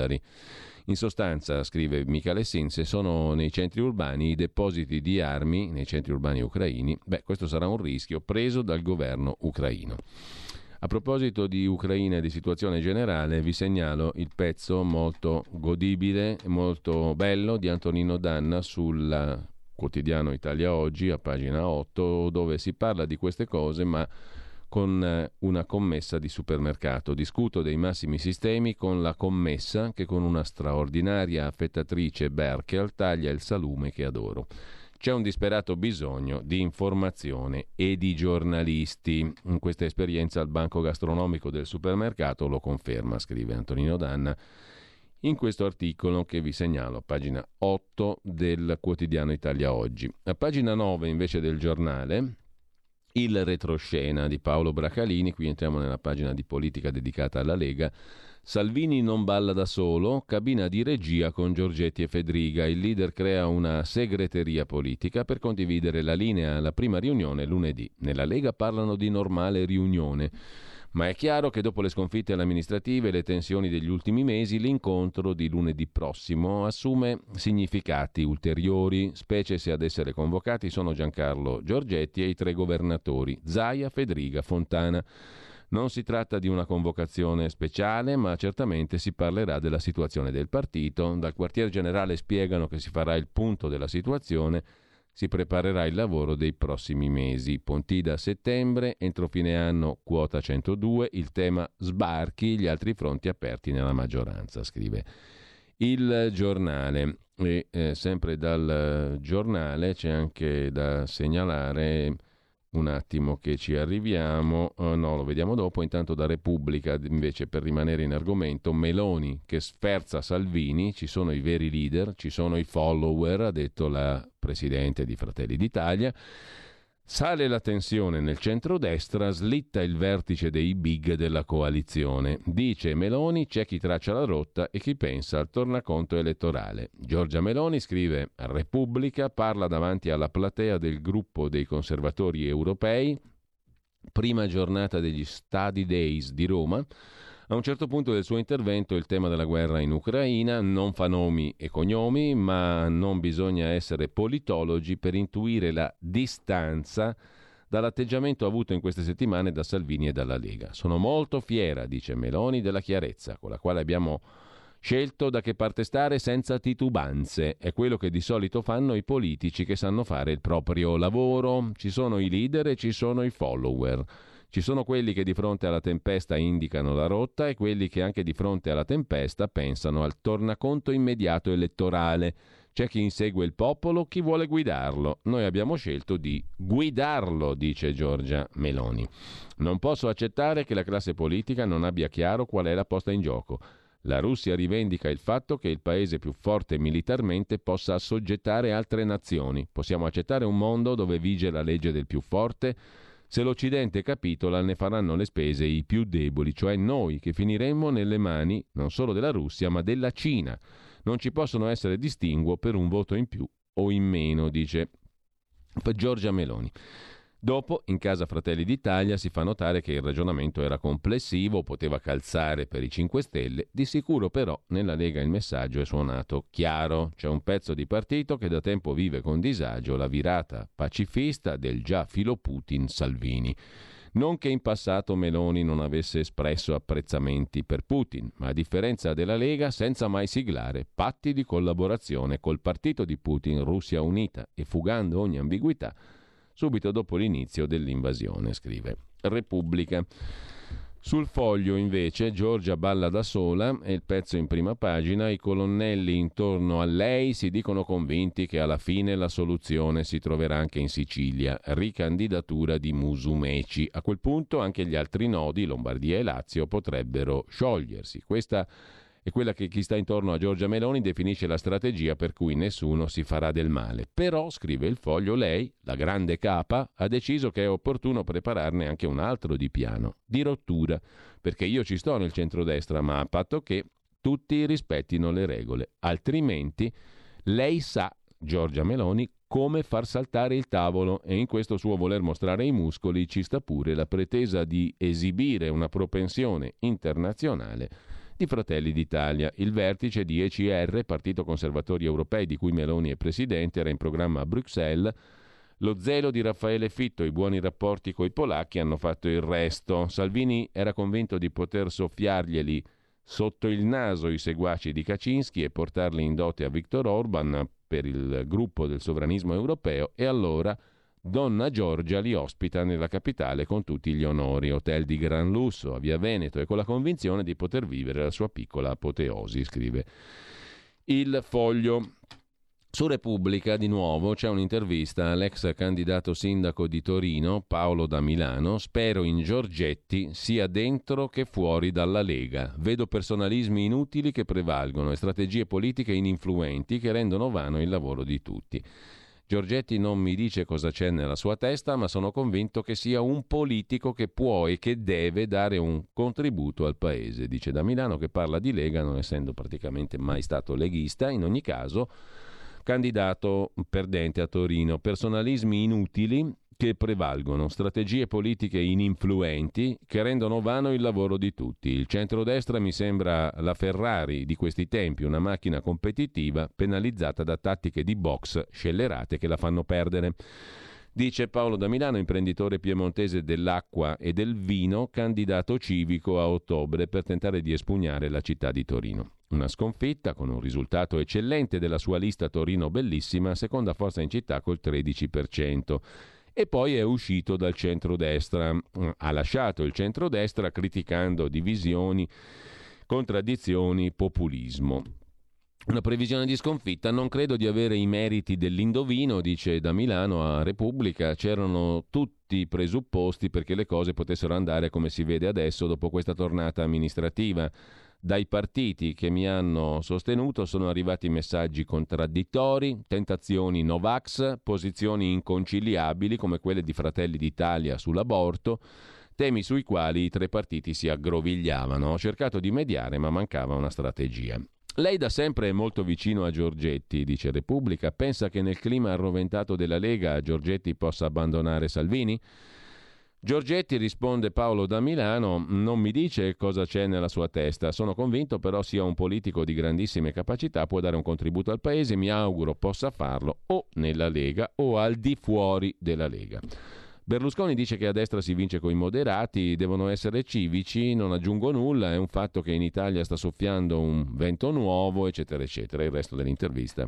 In sostanza, scrive Michele Sinse, sono nei centri urbani i depositi di armi, nei centri urbani ucraini. Questo sarà un rischio preso dal governo ucraino. A proposito di Ucraina e di situazione generale, vi segnalo il pezzo molto godibile, molto bello di Antonino Danna sul quotidiano Italia Oggi, a pagina 8, dove si parla di queste cose, ma con una commessa di supermercato. Discuto dei massimi sistemi con la commessa che con una straordinaria affettatrice Berkel taglia il salume che adoro. C'è un disperato bisogno di informazione e di giornalisti. In questa esperienza il banco gastronomico del supermercato lo conferma, scrive Antonino Danna in questo articolo che vi segnalo a pagina 8 del quotidiano Italia Oggi. A pagina 9 invece del giornale, il retroscena di Paolo Bracalini, qui entriamo nella pagina di politica dedicata alla Lega. Salvini non balla da solo, cabina di regia con Giorgetti e Fedriga. Il leader crea una segreteria politica per condividere la linea alla prima riunione lunedì. Nella Lega parlano di normale riunione. Ma è chiaro che dopo le sconfitte alle amministrative e le tensioni degli ultimi mesi, l'incontro di lunedì prossimo assume significati ulteriori, specie se ad essere convocati sono Giancarlo Giorgetti e i 3 governatori, Zaia, Fedriga, Fontana. Non si tratta di una convocazione speciale, ma certamente si parlerà della situazione del partito. Dal quartier generale spiegano che si farà il punto della situazione. Si preparerà il lavoro dei prossimi mesi. Pontida a settembre, entro fine anno quota 102, il tema sbarchi, gli altri fronti aperti nella maggioranza, scrive il giornale. E sempre dal giornale c'è anche da segnalare, un attimo che ci arriviamo, no, lo vediamo dopo. Intanto da Repubblica, invece, per rimanere in argomento, Meloni che sferza Salvini, ci sono i veri leader, ci sono i follower, ha detto la presidente di Fratelli d'Italia. Sale la tensione nel centrodestra, slitta il vertice dei big della coalizione. Dice Meloni, c'è chi traccia la rotta e chi pensa al tornaconto elettorale. Giorgia Meloni, scrive a Repubblica, parla davanti alla platea del gruppo dei conservatori europei, prima giornata degli Study Days di Roma. A un certo punto del suo intervento il tema della guerra in Ucraina, non fa nomi e cognomi, ma non bisogna essere politologi per intuire la distanza dall'atteggiamento avuto in queste settimane da Salvini e dalla Lega. Sono molto fiera, dice Meloni, della chiarezza con la quale abbiamo scelto da che parte stare senza titubanze. È quello che di solito fanno i politici che sanno fare il proprio lavoro. Ci sono i leader e ci sono i follower. Ci sono quelli che di fronte alla tempesta indicano la rotta e quelli che anche di fronte alla tempesta pensano al tornaconto immediato elettorale. C'è chi insegue il popolo, chi vuole guidarlo. Noi abbiamo scelto di guidarlo, dice Giorgia Meloni. Non posso accettare che la classe politica non abbia chiaro qual è la posta in gioco. La Russia rivendica il fatto che il paese più forte militarmente possa assoggettare altre nazioni. Possiamo accettare un mondo dove vige la legge del più forte? Se l'Occidente capitola, ne faranno le spese i più deboli, cioè noi, che finiremmo nelle mani non solo della Russia, ma della Cina. Non ci possono essere distinguo per un voto in più o in meno, dice Giorgia Meloni. Dopo, in casa Fratelli d'Italia, si fa notare che il ragionamento era complessivo, poteva calzare per i 5 Stelle. Di sicuro però nella Lega il messaggio è suonato chiaro. C'è un pezzo di partito che da tempo vive con disagio la virata pacifista del già filo Putin Salvini. Non che in passato Meloni non avesse espresso apprezzamenti per Putin, ma a differenza della Lega senza mai siglare patti di collaborazione col partito di Putin, Russia Unita, e fugando ogni ambiguità subito dopo l'inizio dell'invasione, scrive Repubblica. Sul Foglio invece Giorgia balla da sola e il pezzo in prima pagina, i colonnelli intorno a lei si dicono convinti che alla fine la soluzione si troverà anche in Sicilia, ricandidatura di Musumeci. A quel punto anche gli altri nodi, Lombardia e Lazio, potrebbero sciogliersi. Questa è quella che chi sta intorno a Giorgia Meloni definisce la strategia per cui nessuno si farà del male. Però, scrive il Foglio, lei, la grande capa, ha deciso che è opportuno prepararne anche un altro di piano, di rottura, perché io ci sto nel centrodestra, ma a patto che tutti rispettino le regole. Altrimenti lei sa, Giorgia Meloni, come far saltare il tavolo, e in questo suo voler mostrare i muscoli ci sta pure la pretesa di esibire una propensione internazionale di Fratelli d'Italia. Il vertice di ECR, Partito Conservatori Europei, di cui Meloni è presidente, era in programma a Bruxelles. Lo zelo di Raffaele Fitto e i buoni rapporti coi polacchi hanno fatto il resto. Salvini era convinto di poter soffiarglieli sotto il naso i seguaci di Kaczynski e portarli in dote a Viktor Orban per il gruppo del sovranismo europeo, e allora Donna Giorgia li ospita nella capitale con tutti gli onori, hotel di gran lusso a Via Veneto, e con la convinzione di poter vivere la sua piccola apoteosi, scrive il Foglio. Su Repubblica di nuovo c'è un'intervista all'ex candidato sindaco di Torino, Paolo da Milano. Spero in Giorgetti sia dentro che fuori dalla Lega. Vedo personalismi inutili che prevalgono e strategie politiche ininfluenti che rendono vano il lavoro di tutti. Giorgetti non mi dice cosa c'è nella sua testa, ma sono convinto che sia un politico che può e che deve dare un contributo al paese, dice da Milano, che parla di Lega non essendo praticamente mai stato leghista. In ogni caso, candidato perdente a Torino, personalismi inutili che prevalgono, strategie politiche ininfluenti che rendono vano il lavoro di tutti. Il centrodestra mi sembra la Ferrari di questi tempi, una macchina competitiva penalizzata da tattiche di box scellerate che la fanno perdere. Dice Paolo da Milano, imprenditore piemontese dell'acqua e del vino, candidato civico a ottobre per tentare di espugnare la città di Torino. Una sconfitta con un risultato eccellente della sua lista Torino Bellissima, seconda forza in città col 13%. E poi è uscito dal centrodestra, ha lasciato il centrodestra criticando divisioni, contraddizioni, populismo. Una previsione di sconfitta: non credo di avere i meriti dell'indovino, dice da Milano a Repubblica. C'erano tutti i presupposti perché le cose potessero andare come si vede adesso dopo questa tornata amministrativa. Dai partiti che mi hanno sostenuto sono arrivati messaggi contraddittori, tentazioni Novax, posizioni inconciliabili come quelle di Fratelli d'Italia sull'aborto, temi sui quali i tre partiti si aggrovigliavano. Ho cercato di mediare, ma mancava una strategia. Lei da sempre è molto vicino a Giorgetti, dice Repubblica. Pensa che nel clima arroventato della Lega Giorgetti possa abbandonare Salvini? Giorgetti, risponde Paolo da Milano, non mi dice cosa c'è nella sua testa. Sono convinto però sia un politico di grandissime capacità, può dare un contributo al paese, mi auguro possa farlo o nella Lega o al di fuori della Lega. Berlusconi dice che a destra si vince coi moderati, devono essere civici, non aggiungo nulla, è un fatto che in Italia sta soffiando un vento nuovo, eccetera, eccetera. Il resto dell'intervista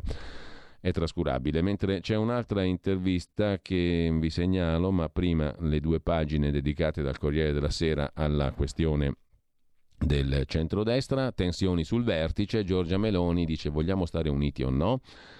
è trascurabile, mentre c'è un'altra intervista che vi segnalo, ma prima le due pagine dedicate dal Corriere della Sera alla questione del centrodestra. Tensioni sul vertice, Giorgia Meloni dice vogliamo stare uniti o no?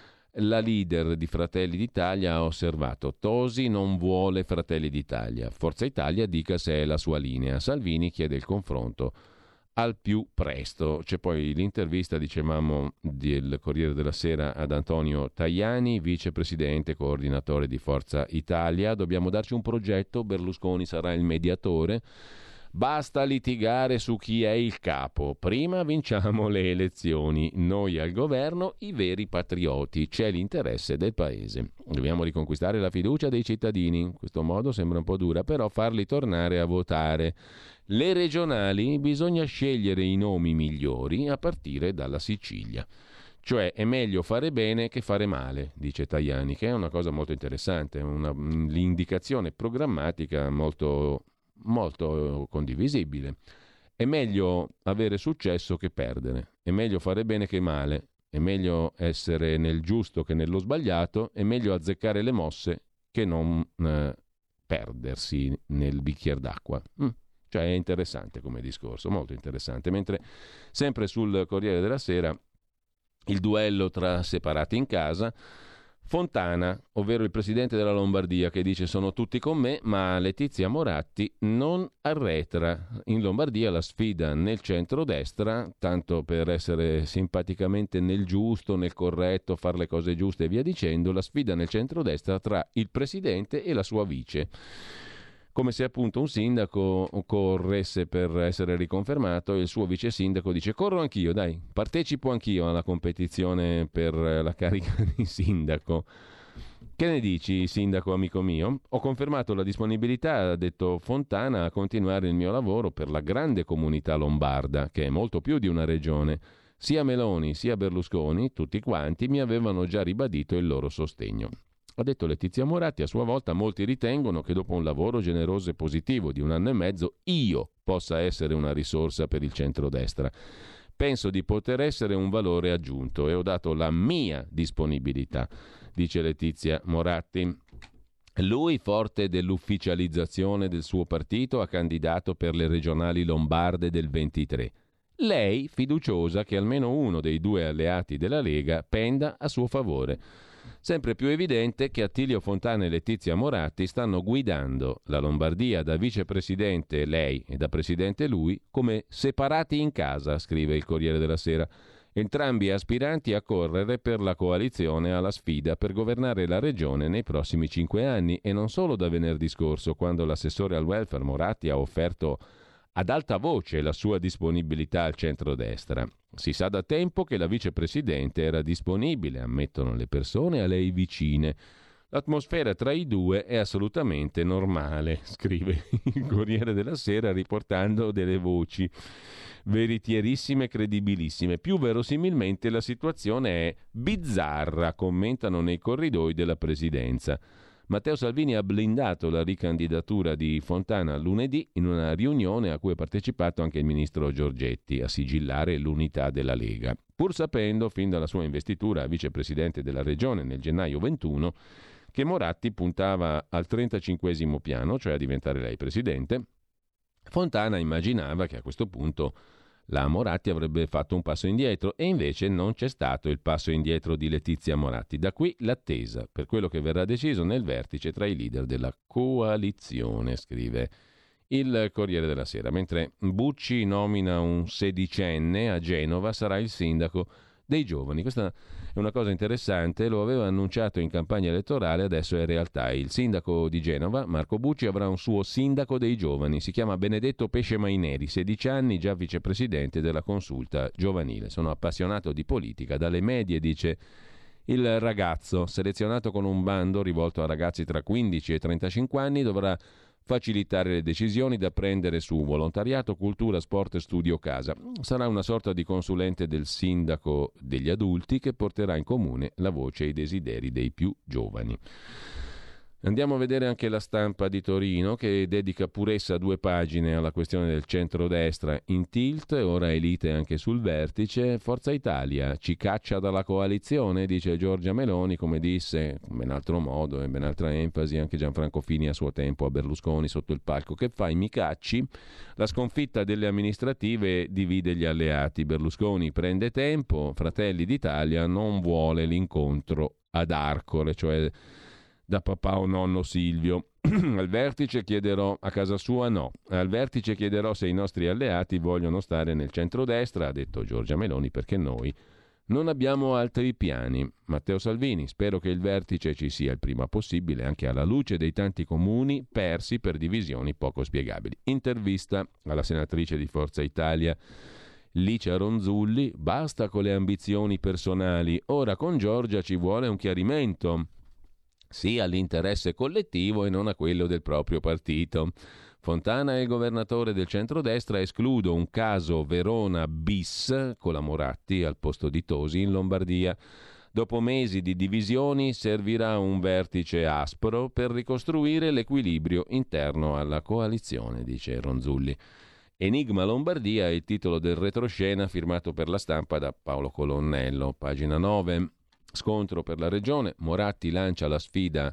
La leader di Fratelli d'Italia ha osservato Tosi non vuole Fratelli d'Italia, Forza Italia dica se è la sua linea, Salvini chiede il confronto al più presto. C'è poi l'intervista, dicevamo, del Corriere della Sera ad Antonio Tajani, vicepresidente coordinatore di Forza Italia. Dobbiamo darci un progetto, Berlusconi sarà il mediatore, basta litigare su chi è il capo, prima vinciamo le elezioni, noi al governo, i veri patrioti, c'è l'interesse del paese. Dobbiamo riconquistare la fiducia dei cittadini, in questo modo sembra un po' dura, però farli tornare a votare. Le regionali bisogna scegliere i nomi migliori a partire dalla Sicilia. Cioè è meglio fare bene che fare male, dice Tajani, che è una cosa molto interessante, l'indicazione programmatica molto condivisibile. È meglio avere successo che perdere, è meglio fare bene che male, è meglio essere nel giusto che nello sbagliato, è meglio azzeccare le mosse che non perdersi nel bicchiere d'acqua. Cioè è interessante come discorso, molto interessante. Mentre sempre sul Corriere della Sera il duello tra separati in casa, Fontana, ovvero il presidente della Lombardia, che dice sono tutti con me, ma Letizia Moratti non arretra. In Lombardia la sfida nel centrodestra, tanto per essere simpaticamente nel giusto, nel corretto, fare le cose giuste e via dicendo, la sfida nel centrodestra tra il presidente e la sua vice. Come se appunto un sindaco corresse per essere riconfermato e il suo vice sindaco dice corro anch'io, dai, partecipo anch'io alla competizione per la carica di sindaco. Che ne dici, sindaco amico mio? Ho confermato la disponibilità, ha detto Fontana, a continuare il mio lavoro per la grande comunità lombarda, che è molto più di una regione. Sia Meloni sia Berlusconi, tutti quanti, mi avevano già ribadito il loro sostegno. Ha detto Letizia Moratti, a sua volta molti ritengono che dopo un lavoro generoso e positivo di 1 anno e mezzo io possa essere una risorsa per il centrodestra. Penso di poter essere un valore aggiunto e ho dato la mia disponibilità, dice Letizia Moratti. Lui, forte dell'ufficializzazione del suo partito, ha candidato per le regionali lombarde del 23. Lei, fiduciosa che almeno uno dei 2 alleati della Lega penda a suo favore. Sempre più evidente che Attilio Fontana e Letizia Moratti stanno guidando la Lombardia da vicepresidente lei e da presidente lui come separati in casa, scrive il Corriere della Sera. Entrambi aspiranti a correre per la coalizione alla sfida per governare la regione nei prossimi 5 anni e non solo da venerdì scorso, quando l'assessore al welfare Moratti ha offerto ad alta voce la sua disponibilità al centrodestra. Si sa da tempo che la vicepresidente era disponibile, ammettono le persone a lei vicine. L'atmosfera tra i due è assolutamente normale, scrive il Corriere della Sera riportando delle voci veritiерissime e credibilissime. Più verosimilmente la situazione è bizzarra, commentano nei corridoi della presidenza. Matteo Salvini ha blindato la ricandidatura di Fontana lunedì in una riunione a cui ha partecipato anche il ministro Giorgetti a sigillare l'unità della Lega, pur sapendo fin dalla sua investitura a vicepresidente della regione nel gennaio 21 che Moratti puntava al 35esimo piano, cioè a diventare lei presidente. Fontana immaginava che a questo punto la Moratti avrebbe fatto un passo indietro e invece non c'è stato il passo indietro di Letizia Moratti. Da qui l'attesa per quello che verrà deciso nel vertice tra i leader della coalizione, scrive il Corriere della Sera. Mentre Bucci nomina un 16enne a Genova, sarà il sindaco dei giovani. Questa è una cosa interessante, lo aveva annunciato in campagna elettorale, adesso è realtà. Il sindaco di Genova, Marco Bucci, avrà un suo sindaco dei giovani, si chiama Benedetto Pesce Maineri, 16 anni, già vicepresidente della consulta giovanile. Sono appassionato di politica, dalle medie, dice il ragazzo, selezionato con un bando rivolto a ragazzi tra 15 e 35 anni, dovrà facilitare le decisioni da prendere su volontariato, cultura, sport, studio, casa. Sarà una sorta di consulente del sindaco degli adulti che porterà in comune la voce e i desideri dei più giovani. Andiamo a vedere anche La Stampa di Torino, che dedica puressa 2 pagine alla questione del centrodestra in tilt, ora elite anche sul vertice. Forza Italia ci caccia dalla coalizione, dice Giorgia Meloni, come disse in ben altro modo e in ben altra enfasi anche Gianfranco Fini a suo tempo a Berlusconi sotto il palco. Che fai, mi cacci? La sconfitta delle amministrative divide gli alleati. Berlusconi prende tempo, Fratelli d'Italia non vuole l'incontro ad Arcore, cioè da papà o nonno Silvio. Al vertice chiederò, a casa sua no, al vertice chiederò se i nostri alleati vogliono stare nel centrodestra, ha detto Giorgia Meloni, perché noi non abbiamo altri piani. Matteo Salvini, spero che il vertice ci sia il prima possibile, anche alla luce dei tanti comuni persi per divisioni poco spiegabili. Intervista alla senatrice di Forza Italia Licia Ronzulli, basta con le ambizioni personali, ora con Giorgia ci vuole un chiarimento. Sì all'interesse collettivo e non a quello del proprio partito. Fontana è il governatore del centrodestra, escludo un caso Verona bis con la Moratti al posto di Tosi in Lombardia. Dopo mesi di divisioni servirà un vertice aspro per ricostruire l'equilibrio interno alla coalizione, dice Ronzulli. Enigma Lombardia è il titolo del retroscena firmato per La Stampa da Paolo Colonnello, pagina 9. Scontro per la regione, Moratti lancia la sfida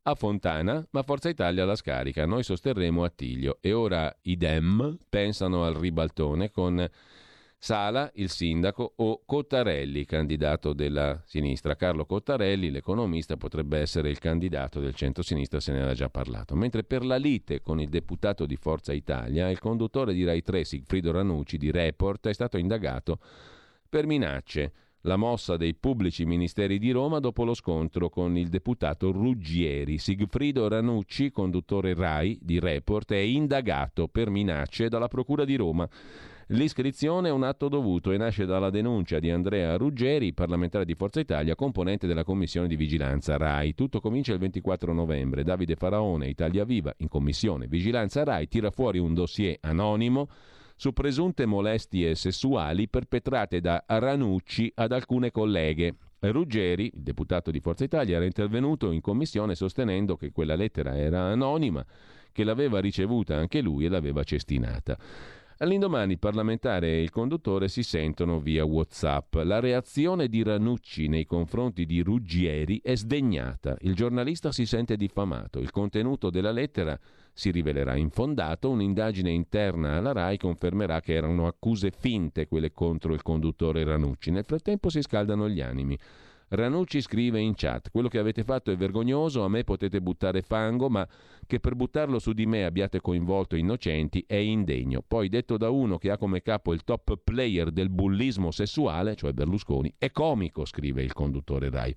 a Fontana, ma Forza Italia la scarica. Noi sosterremo Attilio. E ora i Dem pensano al ribaltone con Sala, il sindaco, o Cottarelli, candidato della sinistra. Carlo Cottarelli, l'economista, potrebbe essere il candidato del centro-sinistra, se ne era già parlato. Mentre per la lite con il deputato di Forza Italia, il conduttore di Rai 3, Sigfrido Ranucci, di Report, è stato indagato per minacce. La mossa dei pubblici ministeri di Roma dopo lo scontro con il deputato Ruggieri. Sigfrido Ranucci, conduttore Rai di Report, è indagato per minacce dalla Procura di Roma. L'iscrizione è un atto dovuto e nasce dalla denuncia di Andrea Ruggeri, parlamentare di Forza Italia, componente della commissione di vigilanza Rai. Tutto comincia il 24 novembre. Davide Faraone, Italia Viva, in commissione vigilanza Rai, tira fuori un dossier anonimo su presunte molestie sessuali perpetrate da Ranucci ad alcune colleghe. Ruggeri, il deputato di Forza Italia, era intervenuto in commissione sostenendo che quella lettera era anonima, che l'aveva ricevuta anche lui e l'aveva cestinata. All'indomani il parlamentare e il conduttore si sentono via WhatsApp. La reazione di Ranucci nei confronti di Ruggieri è sdegnata. Il giornalista si sente diffamato. Il contenuto della lettera si rivelerà infondato. Un'indagine interna alla Rai confermerà che erano accuse finte quelle contro il conduttore Ranucci. Nel frattempo si scaldano gli animi. Ranucci scrive in chat: quello che avete fatto è vergognoso, a me potete buttare fango, ma che per buttarlo su di me abbiate coinvolto innocenti è indegno. Poi, detto da uno che ha come capo il top player del bullismo sessuale, cioè Berlusconi, è comico, scrive il conduttore Rai.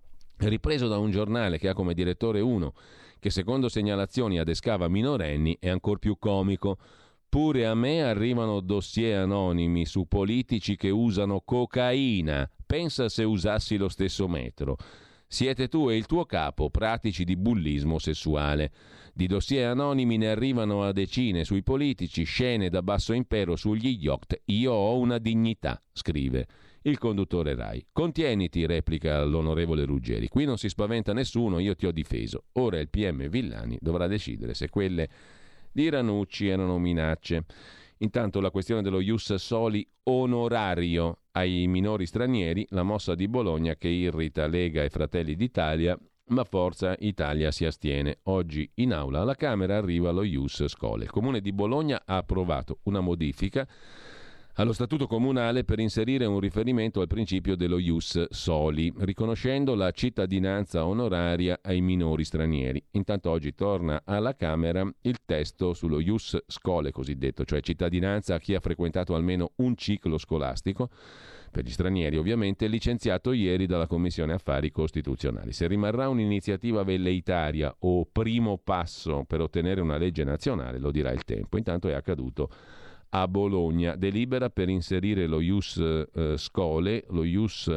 Ripreso da un giornale che ha come direttore uno che secondo segnalazioni adescava minorenni, è ancor più comico. Pure a me arrivano dossier anonimi su politici che usano cocaina. Pensa se usassi lo stesso metro. Siete tu e il tuo capo pratici di bullismo sessuale. Di dossier anonimi ne arrivano a decine sui politici, scene da basso impero sugli yacht. Io ho una dignità, scrive il conduttore Rai. Contieniti, replica l'onorevole Ruggeri. Qui non si spaventa nessuno, io ti ho difeso. Ora il PM Villani dovrà decidere se quelle di Ranucci erano minacce. Intanto la questione dello ius soli onorario ai minori stranieri, la mossa di Bologna che irrita Lega e Fratelli d'Italia, ma Forza Italia si astiene. Oggi in aula alla Camera arriva lo ius scholae. Il Comune di Bologna ha approvato una modifica allo statuto comunale per inserire un riferimento al principio dello ius soli, riconoscendo la cittadinanza onoraria ai minori stranieri. Intanto oggi torna alla Camera il testo sullo ius scholae cosiddetto, cioè cittadinanza a chi ha frequentato almeno un ciclo scolastico, per gli stranieri ovviamente, licenziato ieri dalla Commissione Affari Costituzionali. Se rimarrà un'iniziativa velleitaria o primo passo per ottenere una legge nazionale, lo dirà il tempo. Intanto è accaduto a Bologna, delibera per inserire lo ius scholae, lo ius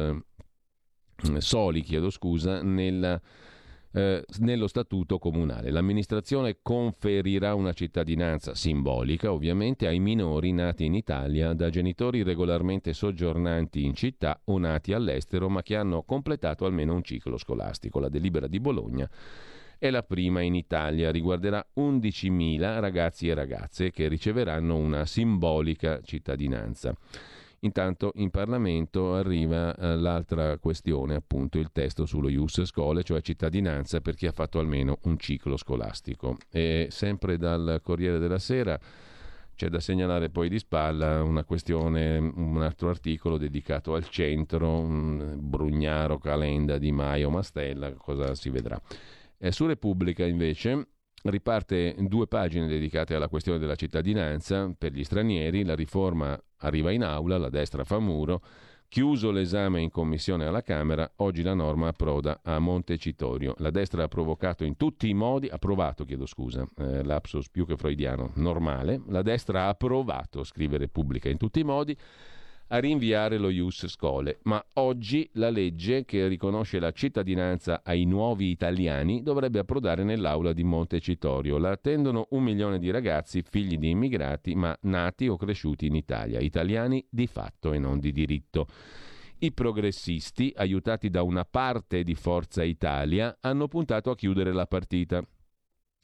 soli, nello statuto comunale. L'amministrazione conferirà una cittadinanza simbolica, ovviamente, ai minori nati in Italia da genitori regolarmente soggiornanti in città o nati all'estero, ma che hanno completato almeno un ciclo scolastico. La delibera di Bologna è la prima in Italia, riguarderà 11.000 ragazzi e ragazze che riceveranno una simbolica cittadinanza. Intanto in Parlamento arriva l'altra questione, appunto il testo sullo ius scholae, cioè cittadinanza per chi ha fatto almeno un ciclo scolastico. E sempre dal Corriere della Sera c'è da segnalare poi di spalla una questione, un altro articolo dedicato al centro, Brugnaro, Calenda, Di Maio, Mastella, cosa si vedrà. Su Repubblica invece riparte 2 pagine dedicate alla questione della cittadinanza per gli stranieri. La riforma arriva in aula, la destra fa muro, chiuso l'esame in commissione alla Camera, oggi la norma approda a Montecitorio. La destra ha approvato in tutti i modi, lapsus più che freudiano, normale, la destra ha approvato, scrive Repubblica, in tutti i modi, a rinviare lo ius scholae, ma oggi la legge che riconosce la cittadinanza ai nuovi italiani dovrebbe approdare nell'aula di Montecitorio. La attendono 1 milione di ragazzi figli di immigrati ma nati o cresciuti in Italia, italiani di fatto e non di diritto. I progressisti, aiutati da una parte di Forza Italia, hanno puntato a chiudere la partita.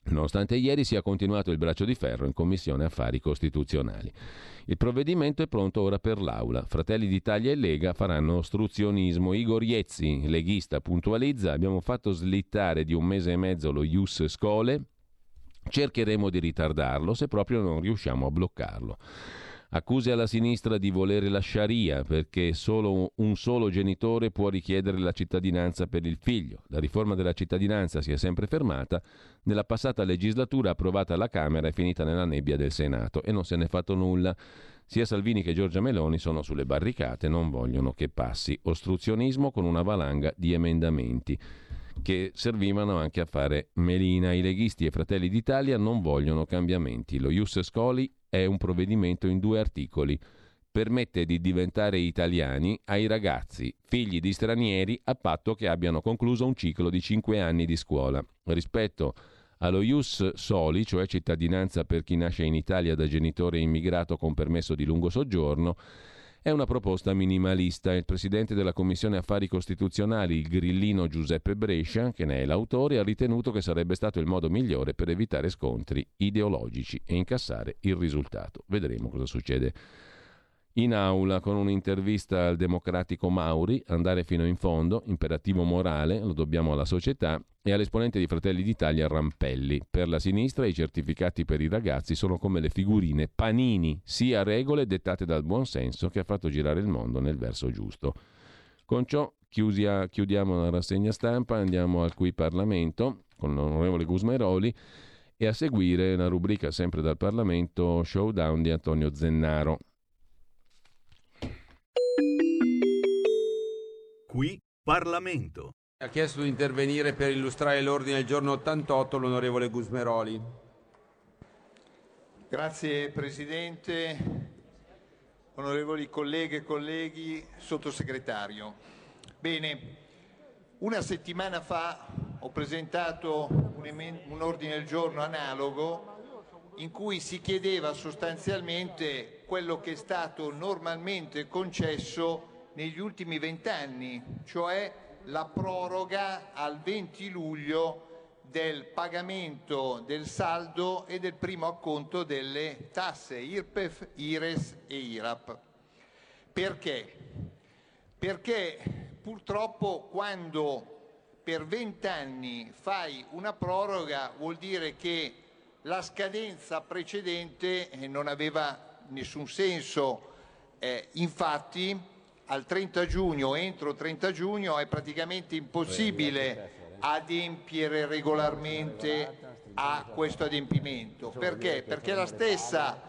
nonostante ieri sia continuato il braccio di ferro in Commissione Affari Costituzionali. Il provvedimento è pronto ora per l'Aula. Fratelli d'Italia e Lega faranno ostruzionismo. Igor Iezzi, leghista, puntualizza: abbiamo fatto slittare di 1 mese e mezzo lo Ius Scholae, cercheremo di ritardarlo se proprio non riusciamo a bloccarlo. Accuse alla sinistra di volere la Sharia perché solo un solo genitore può richiedere la cittadinanza per il figlio. La riforma della cittadinanza si è sempre fermata. Nella passata legislatura approvata alla Camera è finita nella nebbia del Senato e non se n'è fatto nulla. Sia Salvini che Giorgia Meloni sono sulle barricate, non vogliono che passi. Ostruzionismo con una valanga di emendamenti che servivano anche a fare melina. I leghisti e Fratelli d'Italia non vogliono cambiamenti. Lo Ius Scholae è un provvedimento in 2 articoli. Permette di diventare italiani ai ragazzi, figli di stranieri, a patto che abbiano concluso un ciclo di 5 anni di scuola. Rispetto allo Ius Soli, cioè cittadinanza per chi nasce in Italia da genitore immigrato con permesso di lungo soggiorno, è una proposta minimalista. Il presidente della Commissione Affari Costituzionali, il grillino Giuseppe Brescia, che ne è l'autore, ha ritenuto che sarebbe stato il modo migliore per evitare scontri ideologici e incassare il risultato. Vedremo cosa succede in aula. Con un'intervista al democratico Mauri, andare fino in fondo, imperativo morale, lo dobbiamo alla società, e all'esponente di Fratelli d'Italia Rampelli. Per la sinistra i certificati per i ragazzi sono come le figurine Panini, sia regole dettate dal buonsenso che ha fatto girare il mondo nel verso giusto. Con ciò chiudiamo la rassegna stampa, andiamo al Qui Parlamento con l'onorevole Gusmeroli e a seguire la rubrica sempre dal Parlamento Showdown di Antonio Zennaro. Qui Parlamento. Ha chiesto di intervenire per illustrare l'ordine del giorno 88 l'onorevole Gusmeroli. Grazie Presidente, onorevoli colleghe e colleghi, Sottosegretario. Bene, una settimana fa ho presentato un ordine del giorno analogo in cui si chiedeva sostanzialmente quello che è stato normalmente concesso negli ultimi 20 anni, cioè la proroga al 20 luglio del pagamento del saldo e del primo acconto delle tasse IRPEF, IRES e IRAP. Perché? Perché purtroppo quando per 20 anni fai una proroga vuol dire che la scadenza precedente non aveva nessun senso. Infatti al 30 giugno, entro 30 giugno, è praticamente impossibile adempiere regolarmente a questo adempimento. Perché? Perché la stessa,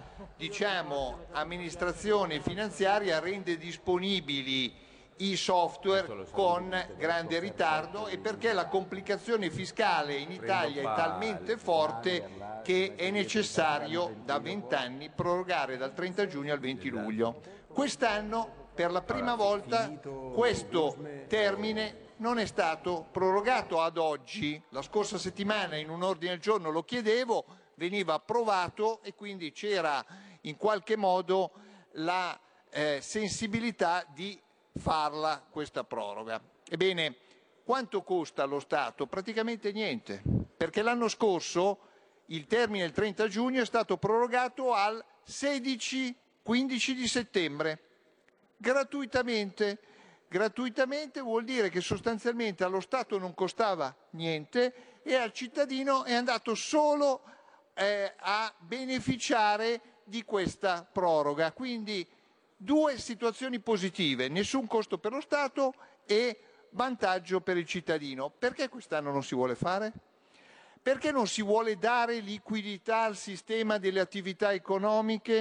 amministrazione finanziaria rende disponibili i software con grande ritardo e perché la complicazione fiscale in Italia è talmente forte che è necessario da 20 anni prorogare dal 30 giugno al 20 luglio. Quest'anno per la prima volta questo termine non è stato prorogato ad oggi. La scorsa settimana in un ordine del giorno lo chiedevo, veniva approvato e quindi c'era in qualche modo la sensibilità di farla questa proroga. Ebbene, quanto costa allo Stato? Praticamente niente, perché l'anno scorso il termine del 30 giugno è stato prorogato al 16-15 di settembre. Gratuitamente vuol dire che sostanzialmente allo Stato non costava niente e al cittadino è andato solo a beneficiare di questa proroga. Quindi 2 situazioni positive, nessun costo per lo Stato e vantaggio per il cittadino. Perché quest'anno non si vuole fare? Perché non si vuole dare liquidità al sistema delle attività economiche?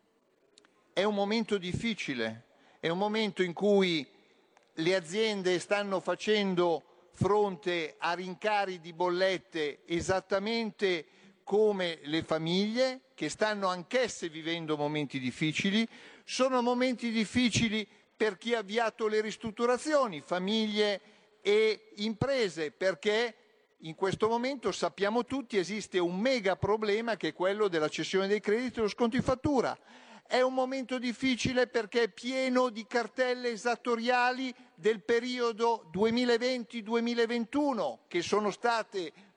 È un momento difficile. È un momento in cui le aziende stanno facendo fronte a rincari di bollette esattamente come le famiglie, che stanno anch'esse vivendo momenti difficili. Sono momenti difficili per chi ha avviato le ristrutturazioni, famiglie e imprese, perché in questo momento sappiamo tutti esiste un mega problema che è quello della cessione dei crediti e dello sconto in fattura. È un momento difficile perché è pieno di cartelle esattoriali del periodo 2020-2021 che sono state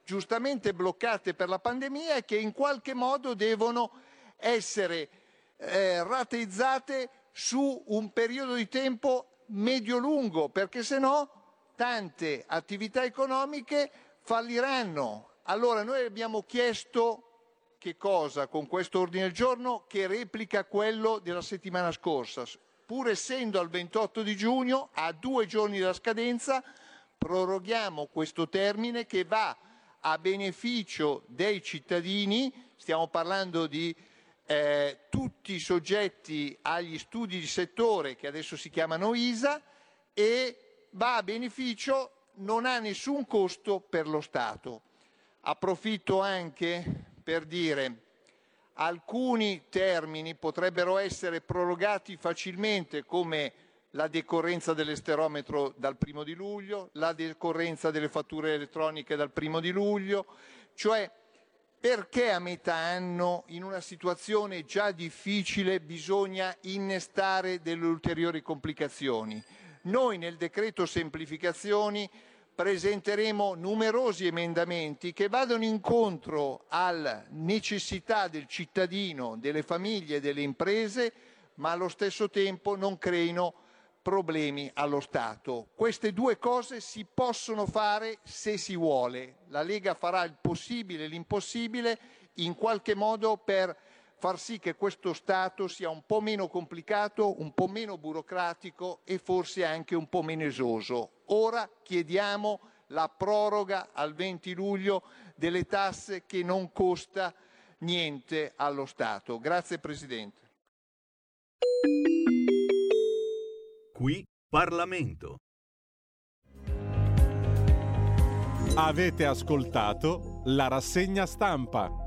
giustamente bloccate per la pandemia e che in qualche modo devono essere rateizzate su un periodo di tempo medio-lungo, perché se no tante attività economiche falliranno. Allora noi abbiamo chiesto che cosa con questo ordine del giorno che replica quello della settimana scorsa. Pur essendo al 28 di giugno, a 2 giorni dalla scadenza, proroghiamo questo termine che va a beneficio dei cittadini, stiamo parlando di tutti i soggetti agli studi di settore che adesso si chiamano ISA, e va a beneficio, non ha nessun costo per lo Stato. Approfitto anche per dire alcuni termini potrebbero essere prorogati facilmente, come la decorrenza dell'esterometro dal 1 di luglio, la decorrenza delle fatture elettroniche dal 1 di luglio, cioè perché a metà anno, in una situazione già difficile, bisogna innestare delle ulteriori complicazioni? Noi nel decreto semplificazioni presenteremo numerosi emendamenti che vadano incontro alla necessità del cittadino, delle famiglie e delle imprese, ma allo stesso tempo non creino problemi allo Stato. Queste due cose si possono fare se si vuole. La Lega farà il possibile e l'impossibile in qualche modo per far sì che questo Stato sia un po' meno complicato, un po' meno burocratico e forse anche un po' meno esoso. Ora chiediamo la proroga al 20 luglio delle tasse che non costa niente allo Stato. Grazie Presidente. Qui Parlamento. Avete ascoltato la rassegna stampa.